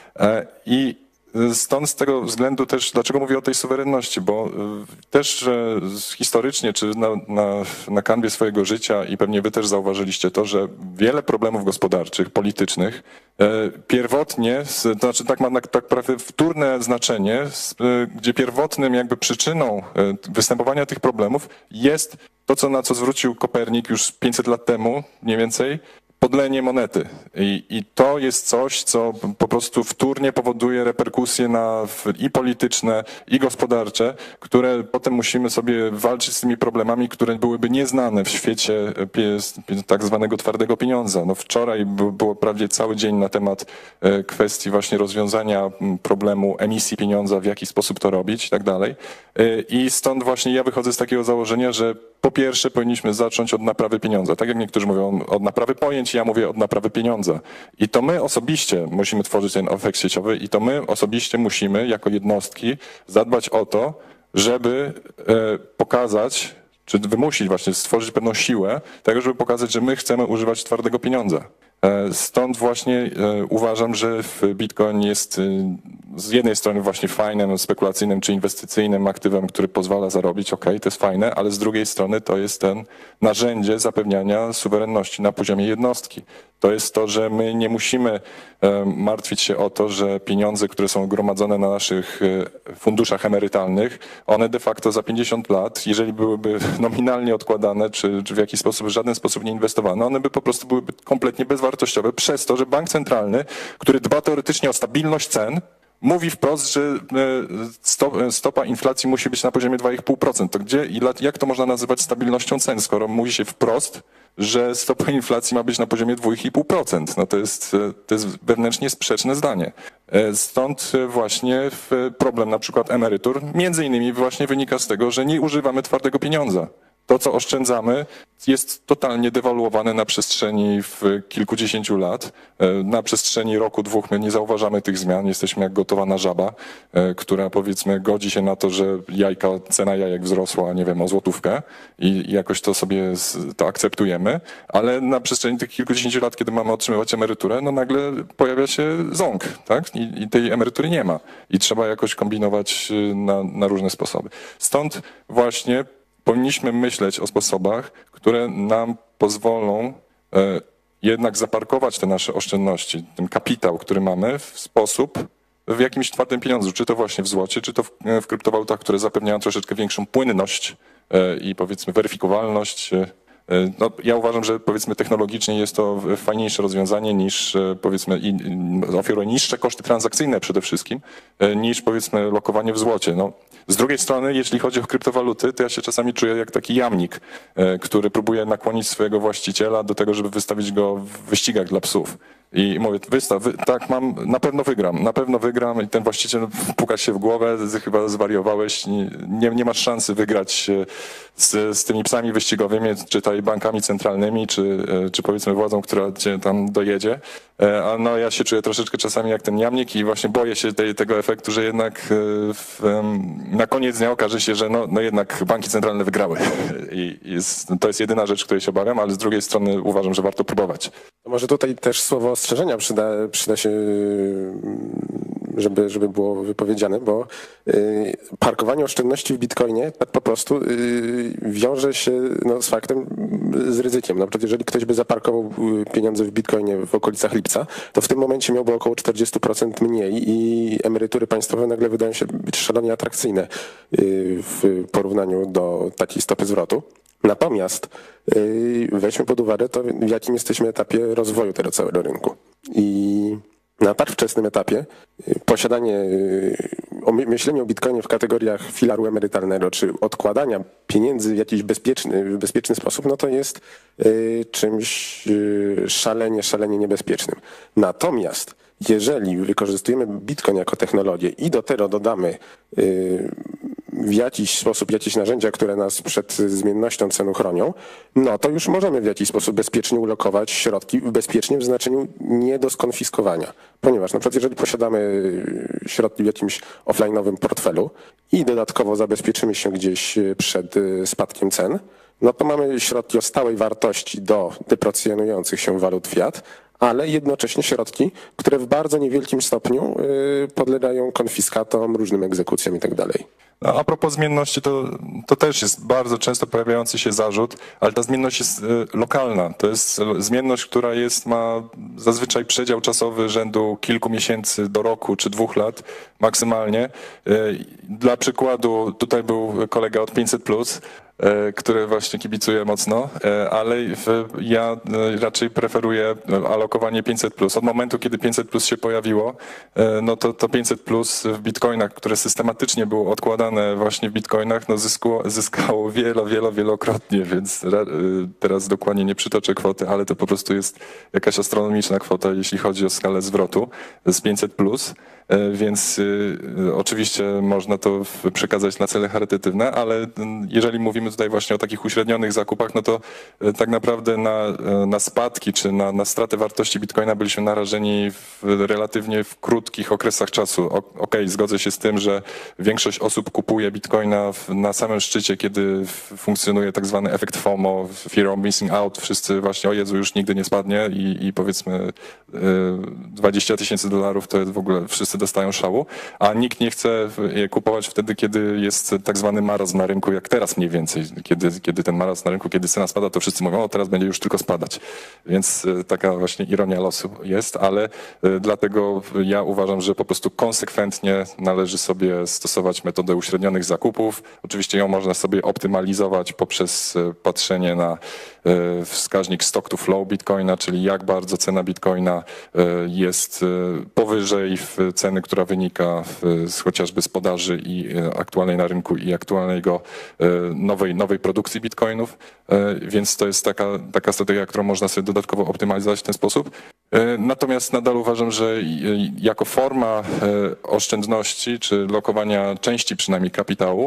I stąd z tego względu też, dlaczego mówię o tej suwerenności, bo też historycznie, czy na, na, na kanwie swojego życia i pewnie wy też zauważyliście to, że wiele problemów gospodarczych, politycznych pierwotnie, to znaczy tak ma tak prawie wtórne znaczenie, gdzie pierwotnym jakby przyczyną występowania tych problemów jest to, co, na co zwrócił Kopernik już pięćset lat temu mniej więcej, podlenie monety. I, I to jest coś, co po prostu wtórnie powoduje reperkusje na, i polityczne, i gospodarcze, które potem musimy sobie walczyć z tymi problemami, które byłyby nieznane w świecie tak zwanego twardego pieniądza. No wczoraj było prawie cały dzień na temat kwestii właśnie rozwiązania problemu emisji pieniądza, w jaki sposób to robić i tak dalej. I stąd właśnie ja wychodzę z takiego założenia, że po pierwsze powinniśmy zacząć od naprawy pieniądza. Tak jak niektórzy mówią od naprawy pojęć, ja mówię od naprawy pieniądza. I to my osobiście musimy tworzyć ten efekt sieciowy i to my osobiście musimy jako jednostki zadbać o to, żeby pokazać, czy wymusić właśnie, stworzyć pewną siłę, tak żeby pokazać, że my chcemy używać twardego pieniądza. Stąd właśnie uważam, że Bitcoin jest z jednej strony właśnie fajnym, spekulacyjnym czy inwestycyjnym aktywem, który pozwala zarobić, ok, to jest fajne, ale z drugiej strony to jest ten narzędzie zapewniania suwerenności na poziomie jednostki. To jest to, że my nie musimy martwić się o to, że pieniądze, które są gromadzone na naszych funduszach emerytalnych, one de facto za pięćdziesiąt lat, jeżeli byłyby nominalnie odkładane, czy, czy w jakiś sposób, w żaden sposób nie inwestowane, one by po prostu byłyby kompletnie bezwartościowe przez to, że bank centralny, który dba teoretycznie o stabilność cen, mówi wprost, że stopa inflacji musi być na poziomie dwa i pół procent. To gdzie i jak to można nazywać stabilnością cen, skoro mówi się wprost, że stopa inflacji ma być na poziomie dwa i pół procent. No to jest, to jest wewnętrznie sprzeczne zdanie. Stąd właśnie problem na przykład emerytur między innymi właśnie wynika z tego, że nie używamy twardego pieniądza. to, co oszczędzamy, jest totalnie dewaluowane na przestrzeni w kilkudziesięciu lat. Na przestrzeni roku, dwóch my nie zauważamy tych zmian. Jesteśmy jak gotowana żaba, która powiedzmy godzi się na to, że jajka, cena jajek wzrosła, nie wiem, o złotówkę i jakoś to sobie to akceptujemy, ale na przestrzeni tych kilkudziesięciu lat, kiedy mamy otrzymywać emeryturę, no nagle pojawia się ząg, tak? I, i tej emerytury nie ma. I trzeba jakoś kombinować na, na różne sposoby. Stąd właśnie powinniśmy myśleć o sposobach, które nam pozwolą e, jednak zaparkować te nasze oszczędności, ten kapitał, który mamy, w sposób, w jakimś twardym pieniądzu, czy to właśnie w złocie, czy to w, w kryptowalutach, które zapewniają troszeczkę większą płynność e, i powiedzmy weryfikowalność. E, no, ja uważam, że powiedzmy technologicznie jest to fajniejsze rozwiązanie niż e, powiedzmy i, i oferuje niższe koszty transakcyjne przede wszystkim, e, niż powiedzmy lokowanie w złocie. No, z drugiej strony, jeśli chodzi o kryptowaluty, to ja się czasami czuję jak taki jamnik, który próbuje nakłonić swojego właściciela do tego, żeby wystawić go w wyścigach dla psów. I mówię, wystaw, wy, tak mam, na pewno wygram, na pewno wygram i ten właściciel puka się w głowę, chyba zwariowałeś, nie, nie, nie masz szansy wygrać z, z tymi psami wyścigowymi, czy tutaj bankami centralnymi, czy, czy powiedzmy władzą, która cię tam dojedzie. A no ja się czuję troszeczkę czasami jak ten jamnik i właśnie boję się tej, tego efektu, że jednak w, na koniec dnia okaże się, że no, no jednak banki centralne wygrały. I jest, to jest jedyna rzecz, której się obawiam, ale z drugiej strony uważam, że warto próbować. To może tutaj też słowo ostrzeżenia przyda, przyda się, żeby, żeby było wypowiedziane, bo y, parkowanie oszczędności w Bitcoinie tak po prostu y, wiąże się no, z faktem, z ryzykiem. Na przykład jeżeli ktoś by zaparkował pieniądze w Bitcoinie w okolicach lipca, to w tym momencie miałby około czterdzieści procent mniej i emerytury państwowe nagle wydają się być szalenie atrakcyjne y, w porównaniu do takiej stopy zwrotu. Natomiast yy, weźmy pod uwagę to, w jakim jesteśmy etapie rozwoju tego całego rynku. I na tak wczesnym etapie yy, posiadanie, yy, myślenie o Bitcoinie w kategoriach filaru emerytalnego, czy odkładania pieniędzy w jakiś bezpieczny, w bezpieczny sposób, no to jest yy, czymś yy, szalenie, szalenie niebezpiecznym. Natomiast jeżeli wykorzystujemy Bitcoin jako technologię i do tego dodamy yy, w jakiś sposób jakieś narzędzia, które nas przed zmiennością cen chronią, no to już możemy w jakiś sposób bezpiecznie ulokować środki, bezpiecznie w znaczeniu nie do skonfiskowania. Ponieważ na przykład jeżeli posiadamy środki w jakimś offline'owym portfelu i dodatkowo zabezpieczymy się gdzieś przed spadkiem cen, no to mamy środki o stałej wartości do deprecjonujących się walut fiat, ale jednocześnie środki, które w bardzo niewielkim stopniu podlegają konfiskatom, różnym egzekucjom i tak dalej. No, a propos zmienności, to, to też jest bardzo często pojawiający się zarzut, ale ta zmienność jest lokalna. To jest zmienność, która jest, ma zazwyczaj przedział czasowy rzędu kilku miesięcy do roku czy dwóch lat maksymalnie. Dla przykładu tutaj był kolega od pięćset plus, który właśnie kibicuje mocno, ale ja raczej preferuję alokowanie pięćset plus. Od momentu, kiedy pięćset plus się pojawiło, no to, to pięćset plus w bitcoinach, które systematycznie było odkładane właśnie w bitcoinach, no zyskało, zyskało wielo, wielo, wielokrotnie, więc teraz dokładnie nie przytoczę kwoty, ale to po prostu jest jakaś astronomiczna kwota, jeśli chodzi o skalę zwrotu z pięćset plus. Więc y, oczywiście można to przekazać na cele charytatywne, ale jeżeli mówimy tutaj właśnie o takich uśrednionych zakupach, no to y, tak naprawdę na, na spadki czy na, na stratę wartości bitcoina byliśmy narażeni w, relatywnie w krótkich okresach czasu. Okej, okay, zgodzę się z tym, że większość osób kupuje bitcoina w, na samym szczycie, kiedy funkcjonuje tak zwany efekt FOMO, fear of missing out. Wszyscy właśnie, o Jezu, już nigdy nie spadnie i, i powiedzmy y, dwadzieścia tysięcy dolarów to jest w ogóle wszyscy dostają szału, a nikt nie chce je kupować wtedy, kiedy jest tak zwany marazm na rynku, jak teraz mniej więcej. Kiedy, kiedy ten marazm na rynku, kiedy cena spada, to wszyscy mówią, o teraz będzie już tylko spadać. Więc taka właśnie ironia losu jest, ale dlatego ja uważam, że po prostu konsekwentnie należy sobie stosować metodę uśrednionych zakupów. Oczywiście ją można sobie optymalizować poprzez patrzenie na wskaźnik stock to flow Bitcoina, czyli jak bardzo cena Bitcoina jest powyżej ceny, która wynika z chociażby z podaży i aktualnej na rynku i aktualnego nowej, nowej produkcji bitcoinów, więc to jest taka, taka strategia, którą można sobie dodatkowo optymalizować w ten sposób. Natomiast nadal uważam, że jako forma oszczędności czy lokowania części przynajmniej kapitału,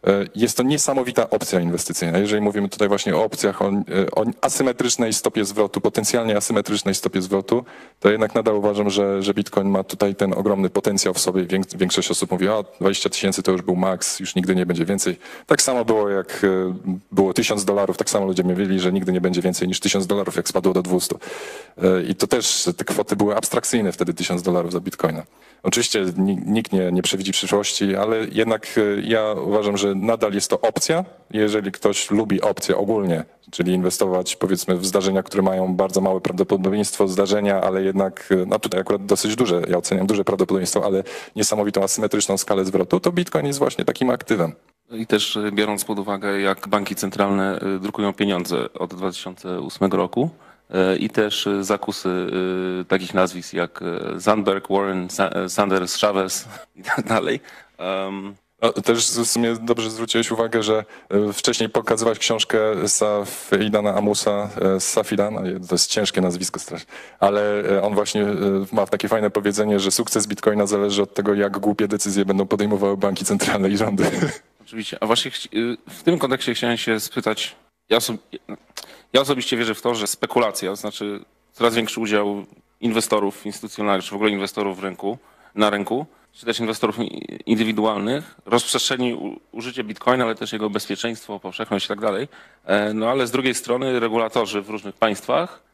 Jest to niesamowita opcja inwestycyjna. Jeżeli mówimy tutaj właśnie o opcjach o, o asymetrycznej stopie zwrotu, potencjalnie asymetrycznej stopie zwrotu, to jednak nadal uważam, że, że Bitcoin ma tutaj ten ogromny potencjał w sobie. Większość osób mówi, a dwadzieścia tysięcy to już był maks, już nigdy nie będzie więcej. Tak samo było jak było tysiąc dolarów, tak samo ludzie mówili, że nigdy nie będzie więcej niż tysiąc dolarów, jak spadło do dwustu. I to też te kwoty były abstrakcyjne wtedy, tysiąc dolarów za Bitcoina. Oczywiście nikt nie, nie przewidzi przyszłości, ale jednak ja uważam, że nadal jest to opcja. Jeżeli ktoś lubi opcję ogólnie, czyli inwestować powiedzmy w zdarzenia, które mają bardzo małe prawdopodobieństwo zdarzenia, ale jednak, no tutaj akurat dosyć duże, ja oceniam duże prawdopodobieństwo, ale niesamowitą asymetryczną skalę zwrotu, to Bitcoin jest właśnie takim aktywem. I też biorąc pod uwagę, jak banki centralne drukują pieniądze od dwa tysiące ósmego roku, i też zakusy takich nazwisk jak Zandberg, Warren, Sanders, Chavez i tak dalej. Um. No, też w sumie dobrze zwróciłeś uwagę, że wcześniej pokazywałeś książkę Safidana Amusa, Safidana, to jest ciężkie nazwisko strasznie, ale on właśnie ma takie fajne powiedzenie, że sukces Bitcoina zależy od tego, jak głupie decyzje będą podejmowały banki centralne i rządy. Oczywiście, a właśnie w tym kontekście chciałem się spytać, ja, osob ja osobiście wierzę w to, że spekulacja, to znaczy coraz większy udział inwestorów instytucjonalnych, czy w ogóle inwestorów w rynku, na rynku, czy też inwestorów indywidualnych, rozprzestrzeni użycie Bitcoina, ale też jego bezpieczeństwo, powszechność i tak dalej. No ale z drugiej strony regulatorzy w różnych państwach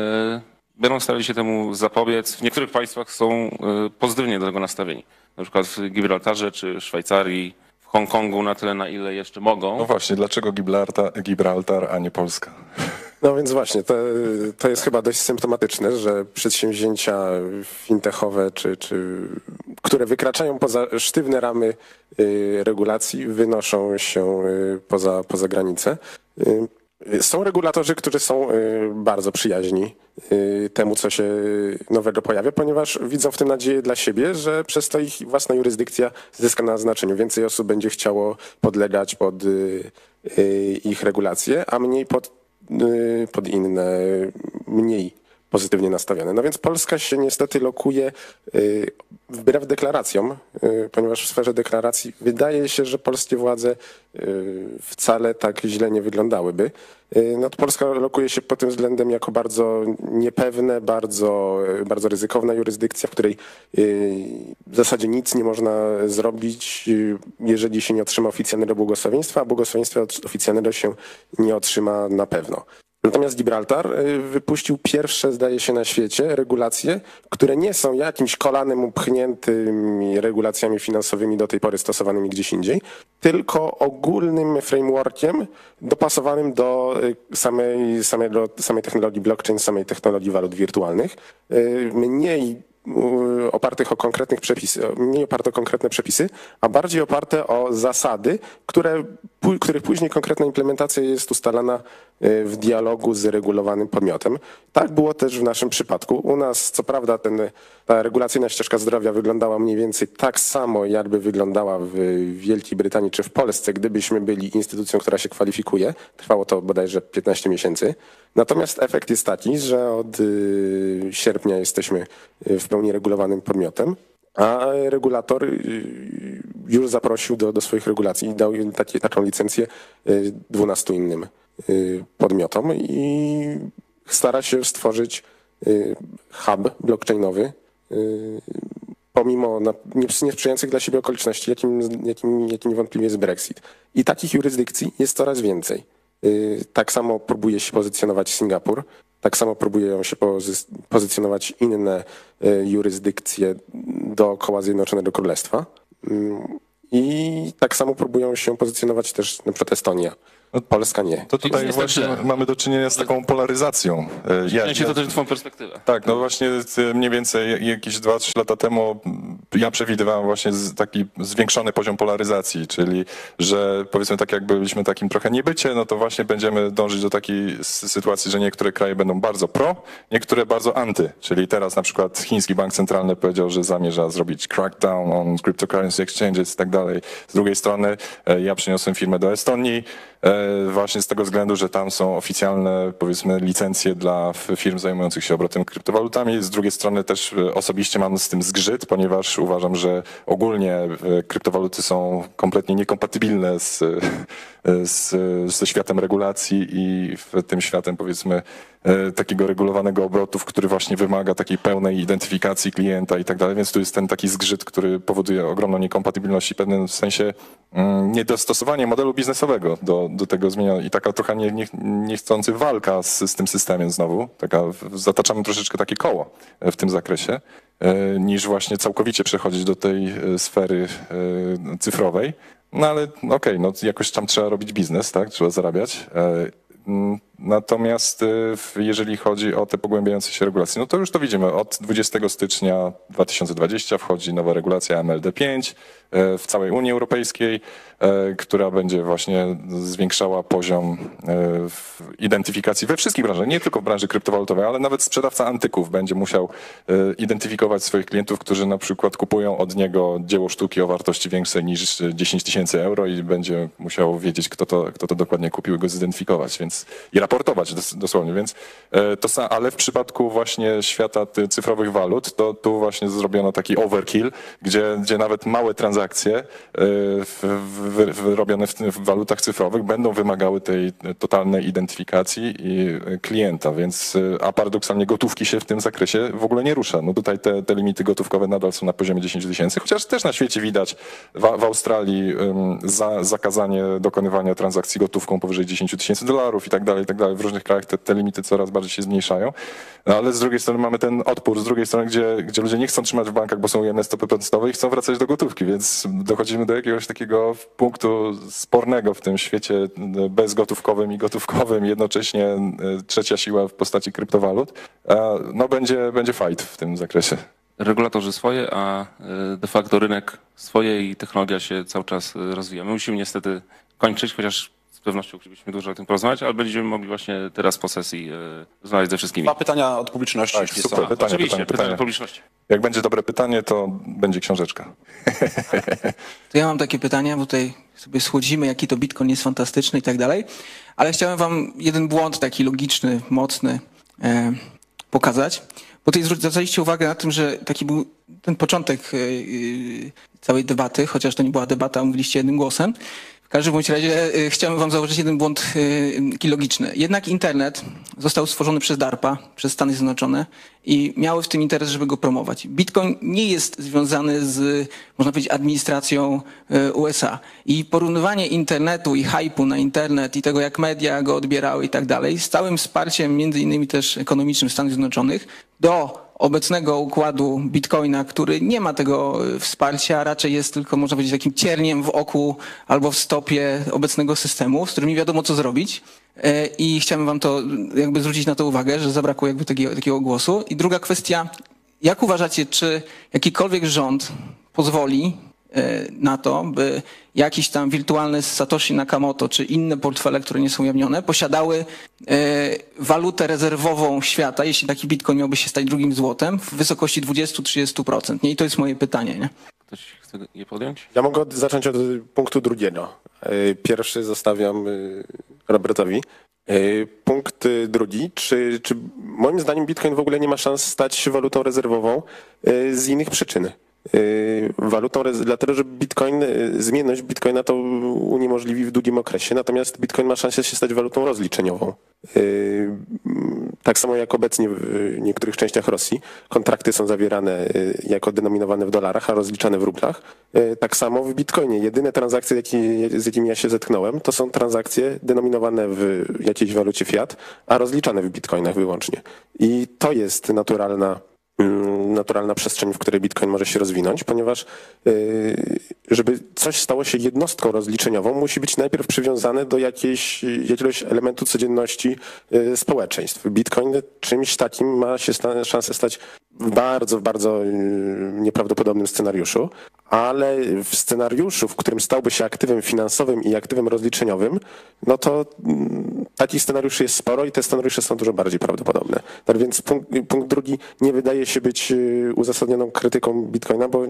będą starali się temu zapobiec. W niektórych państwach są pozytywnie do tego nastawieni. Na przykład w Gibraltarze czy Szwajcarii, w Hongkongu na tyle, na ile jeszcze mogą. No właśnie, dlaczego Gibraltar, Gibraltar a nie Polska? No więc właśnie, to, to jest chyba dość symptomatyczne, że przedsięwzięcia fintechowe, czy, czy, które wykraczają poza sztywne ramy y, regulacji, wynoszą się y, poza, poza granice. Y, Są regulatorzy, którzy są bardzo przyjaźni temu, co się nowego pojawia, ponieważ widzą w tym nadzieję dla siebie, że przez to ich własna jurysdykcja zyska na znaczeniu. Więcej osób będzie chciało podlegać pod ich regulacje, a mniej pod, pod inne, mniej pozytywnie nastawione. No więc Polska się niestety lokuje wbrew deklaracjom, ponieważ w sferze deklaracji wydaje się, że polskie władze wcale tak źle nie wyglądałyby. No to Polska lokuje się pod tym względem jako bardzo niepewne, bardzo, bardzo ryzykowna jurysdykcja, w której w zasadzie nic nie można zrobić, jeżeli się nie otrzyma oficjalnego błogosławieństwa, a błogosławieństwa oficjalnego się nie otrzyma na pewno. Natomiast Gibraltar wypuścił pierwsze, zdaje się, na świecie regulacje, które nie są jakimś kolanem upchniętymi regulacjami finansowymi do tej pory stosowanymi gdzieś indziej, tylko ogólnym frameworkiem dopasowanym do samej, samego, samej technologii blockchain, samej technologii walut wirtualnych. Mniej opartych o konkretnych przepisy, mniej oparte o konkretne przepisy, a bardziej oparte o zasady, które, których później konkretna implementacja jest ustalana w dialogu z regulowanym podmiotem. Tak było też w naszym przypadku. U nas, co prawda, ten, ta regulacyjna ścieżka zdrowia wyglądała mniej więcej tak samo, jakby wyglądała w Wielkiej Brytanii czy w Polsce, gdybyśmy byli instytucją, która się kwalifikuje. Trwało to bodajże piętnaście miesięcy. Natomiast efekt jest taki, że od sierpnia jesteśmy w pełni regulowanym podmiotem, a regulator już zaprosił do, do swoich regulacji i dał takie, taką licencję dwunastu innym podmiotom i stara się stworzyć hub blockchainowy, pomimo niesprzyjających dla siebie okoliczności, jakim, jakim, jakim niewątpliwie jest Brexit. I takich jurysdykcji jest coraz więcej. Tak samo próbuje się pozycjonować Singapur, tak samo próbują się pozycjonować inne jurysdykcje dookoła Zjednoczonego Królestwa i tak samo próbują się pozycjonować też na przykład Estonia. Polska nie. To tutaj właśnie mamy do czynienia z taką polaryzacją. Ja, ja, to też twoją perspektywę. Tak, no właśnie mniej więcej jakieś dwa trzy lata temu ja przewidywałem właśnie taki zwiększony poziom polaryzacji, czyli że powiedzmy tak jak byliśmy takim trochę niebycie, no to właśnie będziemy dążyć do takiej sytuacji, że niektóre kraje będą bardzo pro, niektóre bardzo anty, czyli teraz na przykład chiński bank centralny powiedział, że zamierza zrobić crackdown on cryptocurrency exchanges i tak dalej. Z drugiej strony ja przyniosłem firmę do Estonii, właśnie z tego względu, że tam są oficjalne, powiedzmy, licencje dla firm zajmujących się obrotem kryptowalutami. Z drugiej strony też osobiście mam z tym zgrzyt, ponieważ uważam, że ogólnie kryptowaluty są kompletnie niekompatybilne z, z, ze światem regulacji i w tym światem, powiedzmy, takiego regulowanego obrotów, który właśnie wymaga takiej pełnej identyfikacji klienta i tak dalej, więc tu jest ten taki zgrzyt, który powoduje ogromną niekompatybilność i w pewnym sensie niedostosowanie modelu biznesowego do, do tego zmienia i taka trochę nie, nie, niechcący walka z, z tym systemem znowu, taka zataczamy troszeczkę takie koło w tym zakresie, niż właśnie całkowicie przechodzić do tej sfery cyfrowej. No ale okej, okay, no jakoś tam trzeba robić biznes, tak, trzeba zarabiać. Natomiast jeżeli chodzi o te pogłębiające się regulacje, no to już to widzimy. Od dwudziestego stycznia dwa tysiące dwudziestego wchodzi nowa regulacja M L D pięć w całej Unii Europejskiej, która będzie właśnie zwiększała poziom identyfikacji we wszystkich branżach, nie tylko w branży kryptowalutowej, ale nawet sprzedawca antyków będzie musiał identyfikować swoich klientów, którzy na przykład kupują od niego dzieło sztuki o wartości większej niż dziesięć tysięcy euro i będzie musiał wiedzieć, kto to, kto to dokładnie kupił i go zidentyfikować, więc i raportować dosłownie, więc to, ale w przypadku właśnie świata cyfrowych walut, to tu właśnie zrobiono taki overkill, gdzie, gdzie nawet małe transakcje robione w, w walutach cyfrowych będą wymagały tej totalnej identyfikacji i klienta, więc a paradoksalnie gotówki się w tym zakresie w ogóle nie rusza. No tutaj te, te limity gotówkowe nadal są na poziomie dziesięć tysięcy, chociaż też na świecie widać w, w Australii um, za, zakazanie dokonywania transakcji gotówką powyżej dziesięć tysięcy dolarów i tak dalej, i tak dalej. W różnych krajach te, te limity coraz bardziej się zmniejszają, no, ale z drugiej strony mamy ten odpór, z drugiej strony, gdzie, gdzie ludzie nie chcą trzymać w bankach, bo są ujemne stopy procentowe i chcą wracać do gotówki, więc dochodzimy do jakiegoś takiego punktu spornego w tym świecie bezgotówkowym i gotówkowym, jednocześnie trzecia siła w postaci kryptowalut. No będzie, będzie fight w tym zakresie. Regulatorzy swoje, a de facto rynek swoje i technologia się cały czas rozwija. My musimy niestety kończyć, chociaż z pewnością chcielibyśmy dużo o tym porozmawiać, ale będziemy mogli właśnie teraz po sesji rozmawiać ze wszystkimi. Dwa pytania od publiczności. Tak, super, są. pytanie, Oczywiście, pytanie, pytanie pytanie. od publiczności. Jak będzie dobre pytanie, to będzie książeczka. To ja mam takie pytanie, bo tutaj sobie schłodzimy, jaki to Bitcoin jest fantastyczny i tak dalej, ale chciałem wam jeden błąd taki logiczny, mocny e, pokazać. Bo tutaj zwracaliście uwagę na tym, że taki był ten początek e, e, całej debaty, chociaż to nie była debata, mówiliście jednym głosem. W każdym bądź razie e, chciałem wam zauważyć jeden błąd e, logiczny. Jednak internet został stworzony przez DARPA, przez Stany Zjednoczone i miały w tym interes, żeby go promować. Bitcoin nie jest związany z, można powiedzieć, administracją U S A. I porównywanie internetu i hype'u na internet i tego, jak media go odbierały i tak dalej, z całym wsparciem między innymi też ekonomicznym Stanów Zjednoczonych do obecnego układu Bitcoina, który nie ma tego wsparcia, raczej jest tylko, można powiedzieć, takim cierniem w oku albo w stopie obecnego systemu, z którym nie wiadomo, co zrobić. I chciałem wam to jakby zwrócić na to uwagę, że zabrakło jakby takiego, takiego głosu. I druga kwestia, jak uważacie, czy jakikolwiek rząd pozwoli na to, by jakiś tam wirtualny Satoshi Nakamoto czy inne portfele, które nie są ujawnione, posiadały walutę rezerwową świata, jeśli taki bitcoin miałby się stać drugim złotem, w wysokości dwadzieścia do trzydziestu procent. Nie? I to jest moje pytanie. Nie? Ktoś chce je podjąć? Ja mogę od- zacząć od punktu drugiego. Y, Pierwszy zostawiam y, Robertowi. Y, Punkt y, drugi. Czy, czy moim zdaniem Bitcoin w ogóle nie ma szans stać się walutą rezerwową y, z innych przyczyn? Y, Walutą, rez- dlatego że Bitcoin, y, zmienność Bitcoina to uniemożliwi w długim okresie, natomiast Bitcoin ma szansę się stać walutą rozliczeniową. Y, Tak samo jak obecnie w niektórych częściach Rosji kontrakty są zawierane y, jako denominowane w dolarach, a rozliczane w rublach. Y, Tak samo w Bitcoinie. Jedyne transakcje, jakie, z jakimi ja się zetknąłem, to są transakcje denominowane w jakiejś walucie fiat, a rozliczane w bitcoinach wyłącznie. I to jest naturalna naturalna przestrzeń, w której Bitcoin może się rozwinąć, ponieważ y, żeby coś stało się jednostką rozliczeniową, musi być najpierw przywiązane do jakiejś, jakiegoś elementu codzienności y, społeczeństw. Bitcoin czymś takim ma się sta- szansę stać w bardzo, bardzo y, nieprawdopodobnym scenariuszu, ale w scenariuszu, w którym stałby się aktywem finansowym i aktywem rozliczeniowym, no to mm, takich scenariuszy jest sporo i te scenariusze są dużo bardziej prawdopodobne. Tak więc punkt, punkt drugi nie wydaje się być y, uzasadnioną krytyką Bitcoina, bo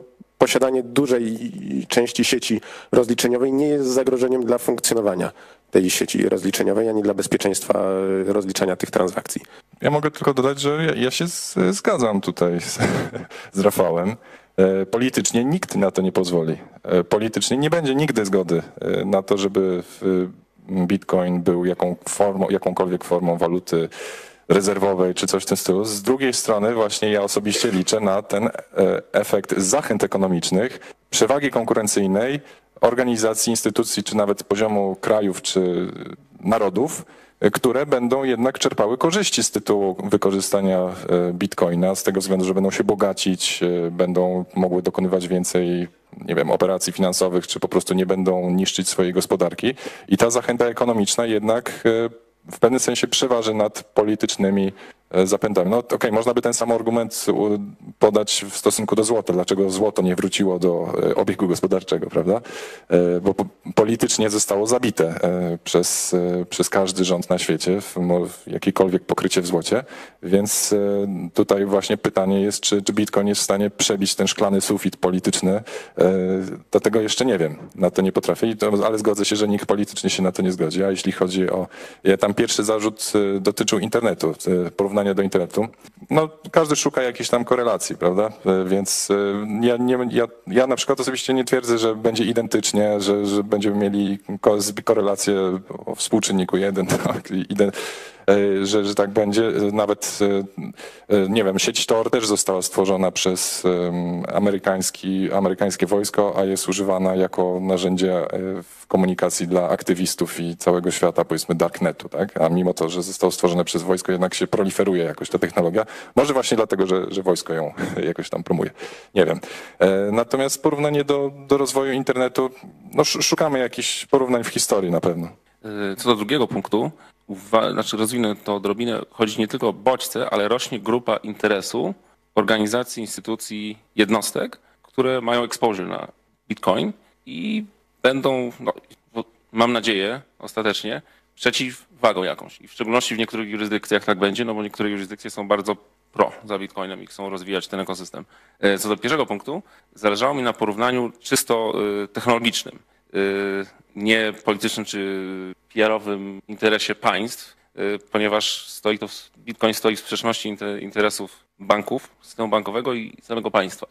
posiadanie dużej części sieci rozliczeniowej nie jest zagrożeniem dla funkcjonowania tej sieci rozliczeniowej, ani dla bezpieczeństwa rozliczania tych transakcji. Ja mogę tylko dodać, że ja, ja się z, zgadzam tutaj z, z Rafałem. E, Politycznie nikt na to nie pozwoli. E, Politycznie nie będzie nigdy zgody e, na to, żeby w- Bitcoin był jaką formą, jakąkolwiek formą waluty rezerwowej czy coś w tym stylu. Z drugiej strony właśnie ja osobiście liczę na ten e, efekt zachęt ekonomicznych, przewagi konkurencyjnej, organizacji, instytucji, czy nawet poziomu krajów czy narodów, które będą jednak czerpały korzyści z tytułu wykorzystania e, Bitcoina, z tego względu, że będą się bogacić, e, będą mogły dokonywać więcej, nie wiem, operacji finansowych, czy po prostu nie będą niszczyć swojej gospodarki. I ta zachęta ekonomiczna jednak e, w pewnym sensie przeważy nad politycznymi e, zapędami. No okej, można by ten sam argument u- podać w stosunku do złota. Dlaczego złoto nie wróciło do e, obiegu gospodarczego, prawda? E, Bo po- politycznie zostało zabite e, przez, e, przez każdy rząd na świecie, w mo- w jakiekolwiek pokrycie w złocie. Więc e, tutaj właśnie pytanie jest, czy, czy Bitcoin jest w stanie przebić ten szklany sufit polityczny. E, Do tego jeszcze nie wiem, na to nie potrafię, I to, ale zgodzę się, że nikt politycznie się na to nie zgodzi. A jeśli chodzi o... Ja tam pierwszy zarzut e, dotyczył internetu, e, porównania do internetu. No każdy szuka jakiejś tam korelacji, prawda? E, Więc e, ja, nie, ja, ja na przykład osobiście nie twierdzę, że będzie identycznie, że, że będziemy mieli ko- korelację o współczynniku jeden, tak, i ide- e, że, że tak będzie. Nawet, e, e, nie wiem, sieć Tor też została stworzona przez em, amerykański, amerykańskie wojsko, a jest używana jako narzędzie e, w komunikacji dla aktywistów i całego świata, powiedzmy darknetu, tak? A mimo to, że zostało stworzone przez wojsko, jednak się proliferuje jakoś ta technologia. Może właśnie dlatego, że, że wojsko ją jakoś tam promuje. Nie wiem. E, Natomiast porównanie do, do rozwoju internetu, no sz- szukamy jakichś porównań w historii na pewno. Y, Co do drugiego punktu, uwa- znaczy rozwinę to odrobinę, chodzi nie tylko o bodźce, ale rośnie grupa interesu organizacji, instytucji, jednostek, które mają exposure na Bitcoin i będą, no, bo mam nadzieję, ostatecznie przeciwwagą jakąś. I w szczególności w niektórych jurysdykcjach tak będzie, no bo niektóre jurysdykcje są bardzo pro za Bitcoinem i chcą rozwijać ten ekosystem. E, Co do pierwszego punktu, zależało mi na porównaniu czysto y, technologicznym, y, nie politycznym czy P R-owym interesie państw, y, ponieważ stoi to, w- Bitcoin stoi w sprzeczności inte- interesów banków, systemu bankowego i samego państwa.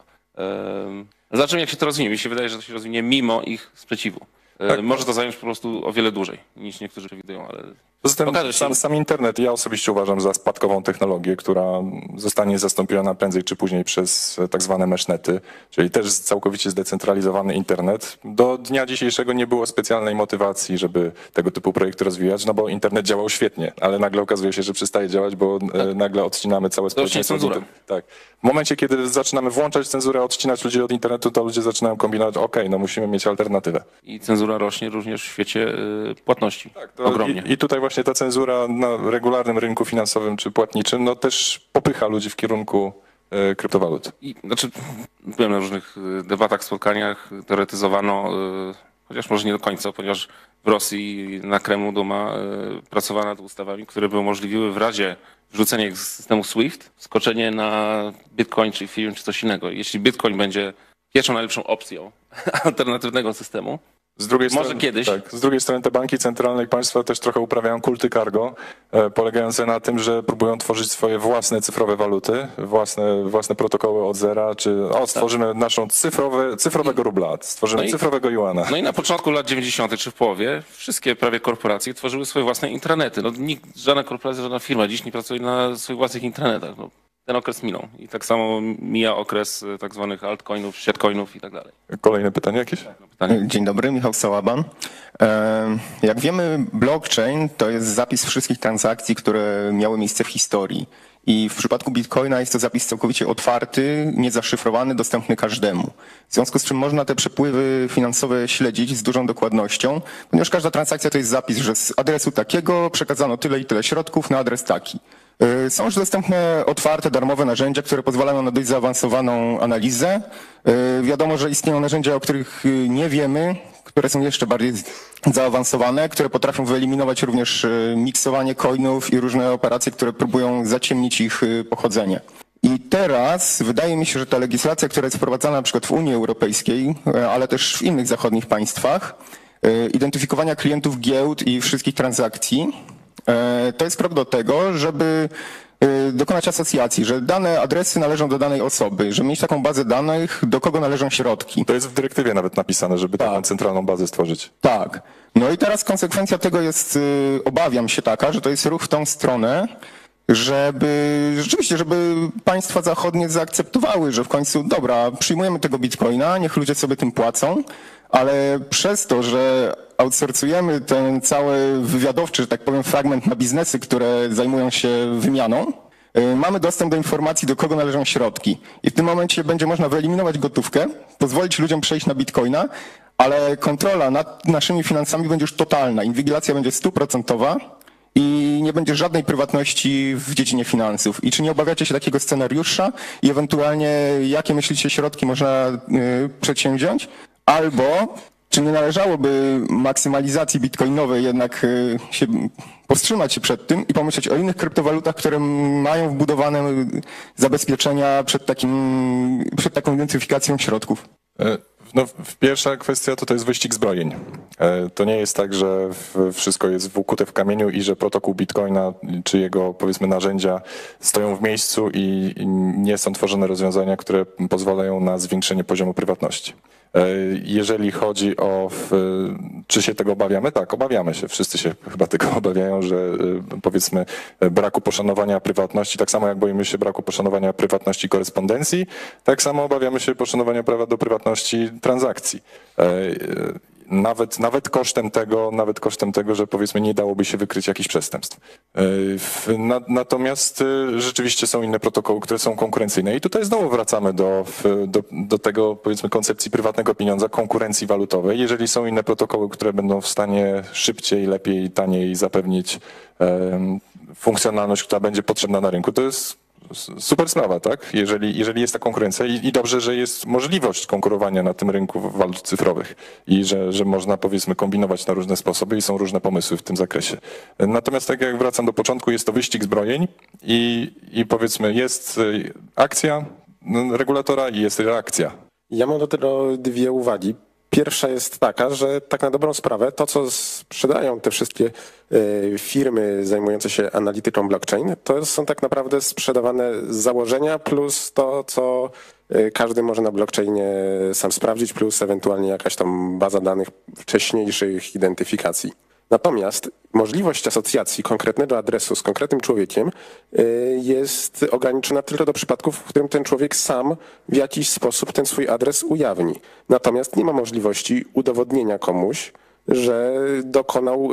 Em, Zobaczymy, jak się to rozwinie. Mi się wydaje, że to się rozwinie mimo ich sprzeciwu. E, Tak. Może to zająć po prostu o wiele dłużej niż niektórzy przewidują, ale Poza tym Okaże się. sam, sam internet ja osobiście uważam za spadkową technologię, która zostanie zastąpiona prędzej czy później przez tak zwane meshnety, czyli też całkowicie zdecentralizowany internet. Do dnia dzisiejszego nie było specjalnej motywacji, żeby tego typu projekty rozwijać, no bo internet działał świetnie, ale nagle okazuje się, że przestaje działać, bo e, nagle odcinamy całe społeczeństwo. od cenzura. inter- Tak. W momencie, kiedy zaczynamy włączać cenzurę, odcinać ludzi od internetu, to ludzie zaczynają kombinować, okej, no musimy mieć alternatywę. i cenzura rośnie również w świecie y, płatności. To Ogromnie. I, I tutaj właśnie ta cenzura na regularnym rynku finansowym czy płatniczym, no też popycha ludzi w kierunku e, kryptowalut. I, znaczy, byłem na różnych y, debatach, spotkaniach, teoretyzowano, y, chociaż może nie do końca, ponieważ w Rosji na Kremlu Duma y, pracowano nad ustawami, które by umożliwiły w razie wrzucenia ich z systemu SWIFT skoczenie na Bitcoin czy Ethereum czy coś innego. Jeśli Bitcoin będzie pierwszą najlepszą opcją alternatywnego systemu, Z drugiej Może strony, kiedyś. Tak, z drugiej strony te banki centralne i państwa też trochę uprawiają kulty cargo, e, polegające na tym, że próbują tworzyć swoje własne cyfrowe waluty, własne, własne protokoły od zera, czy o, stworzymy naszą cyfrowe, cyfrowego rubla, stworzymy No i- cyfrowego juana. No i na początku lat dziewięćdziesiątych czy w połowie wszystkie prawie korporacje tworzyły swoje własne intranety. No, nikt, żadna korporacja, żadna firma dziś nie pracuje na swoich własnych intranetach. No, ten okres minął. I tak samo mija okres y, tak zwanych altcoinów, shitcoinów i tak dalej. Kolejne pytanie jakieś? Pytanie? Dzień dobry, Michał Sałaban. E, Jak wiemy, blockchain to jest zapis wszystkich transakcji, które miały miejsce w historii. I w przypadku Bitcoina jest to zapis całkowicie otwarty, niezaszyfrowany, dostępny każdemu. W związku z czym można te przepływy finansowe śledzić z dużą dokładnością, ponieważ każda transakcja to jest zapis, że z adresu takiego przekazano tyle i tyle środków na adres taki. E, Są już dostępne otwarte, darmowe narzędzia, które pozwalają na dość zaawansowaną analizę. E, Wiadomo, że istnieją narzędzia, o których e, nie wiemy, które są jeszcze bardziej zaawansowane, które potrafią wyeliminować również e, miksowanie coinów i różne operacje, które próbują zaciemnić ich e, pochodzenie. I teraz wydaje mi się, że ta legislacja, która jest wprowadzana na przykład w Unii Europejskiej, ale też w innych zachodnich państwach, identyfikowania klientów giełd i wszystkich transakcji, to jest krok do tego, żeby dokonać asocjacji, że dane adresy należą do danej osoby, żeby mieć taką bazę danych, do kogo należą środki. To jest w dyrektywie nawet napisane, żeby Tak. taką centralną bazę stworzyć. Tak. No i teraz konsekwencja tego jest, obawiam się taka, że to jest ruch w tą stronę, żeby rzeczywiście, żeby państwa zachodnie zaakceptowały, że w końcu dobra, przyjmujemy tego bitcoina, niech ludzie sobie tym płacą, ale przez to, że outsourcujemy ten cały wywiadowczy, że tak powiem, fragment na biznesy, które zajmują się wymianą, mamy dostęp do informacji, do kogo należą środki. I w tym momencie będzie można wyeliminować gotówkę, pozwolić ludziom przejść na bitcoina, ale kontrola nad naszymi finansami będzie już totalna. Inwigilacja będzie stuprocentowa i nie będzie żadnej prywatności w dziedzinie finansów. I czy nie obawiacie się takiego scenariusza i ewentualnie jakie myślicie środki można y, przedsięwziąć? Albo czy nie należałoby maksymalizacji bitcoinowej jednak y, się powstrzymać się przed tym i pomyśleć o innych kryptowalutach, które mają wbudowane zabezpieczenia przed takim, przed taką identyfikacją środków? No, pierwsza kwestia to, to jest wyścig zbrojeń. To nie jest tak, że wszystko jest ukute w kamieniu i że protokół Bitcoina czy jego, powiedzmy, narzędzia stoją w miejscu i nie są tworzone rozwiązania, które pozwalają na zwiększenie poziomu prywatności. Jeżeli chodzi o, czy się tego obawiamy? Tak, obawiamy się. Wszyscy się chyba tego obawiają, że powiedzmy braku poszanowania prywatności, tak samo jak boimy się braku poszanowania prywatności korespondencji, tak samo obawiamy się poszanowania prawa do prywatności transakcji. Nawet, nawet kosztem tego, nawet kosztem tego, że powiedzmy nie dałoby się wykryć jakichś przestępstw. Natomiast rzeczywiście są inne protokoły, które są konkurencyjne i tutaj znowu wracamy do, do, do tego, powiedzmy, koncepcji prywatnego pieniądza, konkurencji walutowej. Jeżeli są inne protokoły, które będą w stanie szybciej, lepiej, taniej zapewnić um, funkcjonalność, która będzie potrzebna na rynku, to jest super sprawa, tak? Jeżeli, jeżeli jest ta konkurencja i, i dobrze, że jest możliwość konkurowania na tym rynku walut cyfrowych i że, że można, powiedzmy, kombinować na różne sposoby i są różne pomysły w tym zakresie. Natomiast tak jak wracam do początku, jest to wyścig zbrojeń i, i powiedzmy jest akcja regulatora i jest reakcja. Ja mam do tego dwie uwagi. Pierwsza jest taka, że tak na dobrą sprawę to, co sprzedają te wszystkie firmy zajmujące się analityką blockchain, to są tak naprawdę sprzedawane założenia plus to, co każdy może na blockchainie sam sprawdzić, plus ewentualnie jakaś tam baza danych wcześniejszych identyfikacji. Natomiast możliwość asocjacji konkretnego adresu z konkretnym człowiekiem jest ograniczona tylko do przypadków, w którym ten człowiek sam w jakiś sposób ten swój adres ujawni. Natomiast nie ma możliwości udowodnienia komuś, że dokonał,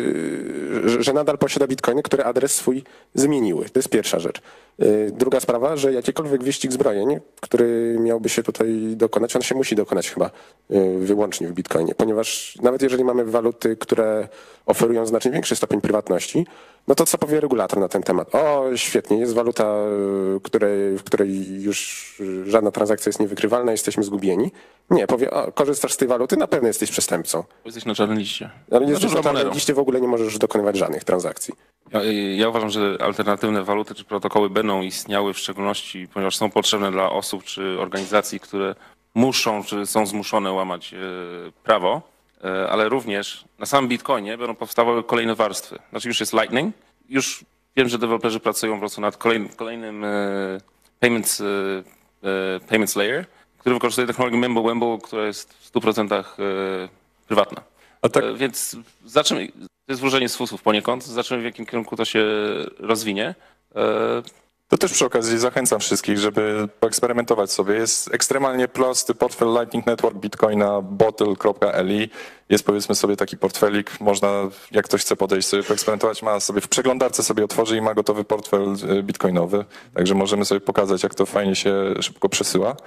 że nadal posiada bitcoiny, które adres swój zmieniły. To jest pierwsza rzecz. Druga sprawa, że jakikolwiek wyścig zbrojeń, który miałby się tutaj dokonać, on się musi dokonać chyba wyłącznie w bitcoinie, ponieważ nawet jeżeli mamy waluty, które oferują znacznie większy stopień prywatności, no to co powie regulator na ten temat? O, świetnie, jest waluta, której, w której już żadna transakcja jest niewykrywalna, jesteśmy zgubieni. Nie, powie, o, korzystasz z tej waluty, na pewno jesteś przestępcą. Jesteś na czarnej liście. Ale jesteś Znaczy, na czarnej liście, w ogóle nie możesz dokonywać żadnych transakcji. Ja, ja uważam, że alternatywne waluty czy protokoły będą istniały, w szczególności ponieważ są potrzebne dla osób czy organizacji, które muszą czy są zmuszone łamać e, prawo, e, ale również na samym Bitcoinie będą powstawały kolejne warstwy. Znaczy już jest Lightning, już wiem, że deweloperzy pracują po prostu nad kolejnym, kolejnym e, payments, e, e, payments layer, który wykorzystuje technologię Mimble-Wimble, która jest w stu procentach e, prywatna. A tak... E, więc zacznijmy. To jest włożenie z fusów poniekąd. Zobaczymy, w jakim kierunku to się rozwinie. To też przy okazji zachęcam wszystkich, żeby poeksperymentować sobie. Jest ekstremalnie prosty portfel Lightning Network Bitcoina bottle kropka l i. Jest, powiedzmy sobie, taki portfelik. Można, jak ktoś chce podejść sobie poeksperymentować, ma sobie w przeglądarce sobie otworzy i ma gotowy portfel bitcoinowy. Także możemy sobie pokazać, jak to fajnie się szybko przesyła.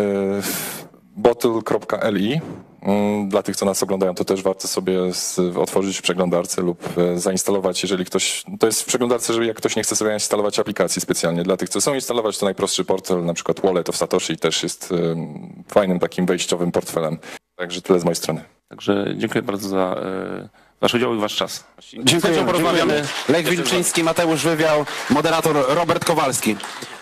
bottle kropka l i. Dla tych, co nas oglądają, to też warto sobie otworzyć w przeglądarce lub zainstalować, jeżeli ktoś... To jest w przeglądarce, żeby jak ktoś nie chce sobie instalować aplikacji specjalnie. Dla tych, co chcą instalować, to najprostszy portfel, na przykład Wallet of Satoshi też jest fajnym takim wejściowym portfelem. Także tyle z mojej strony. Także dziękuję bardzo za wasz udział i wasz czas. Dziękuję. Porozmawiamy. Lech Wilczyński, Mateusz Wywiał, moderator Robert Kowalski.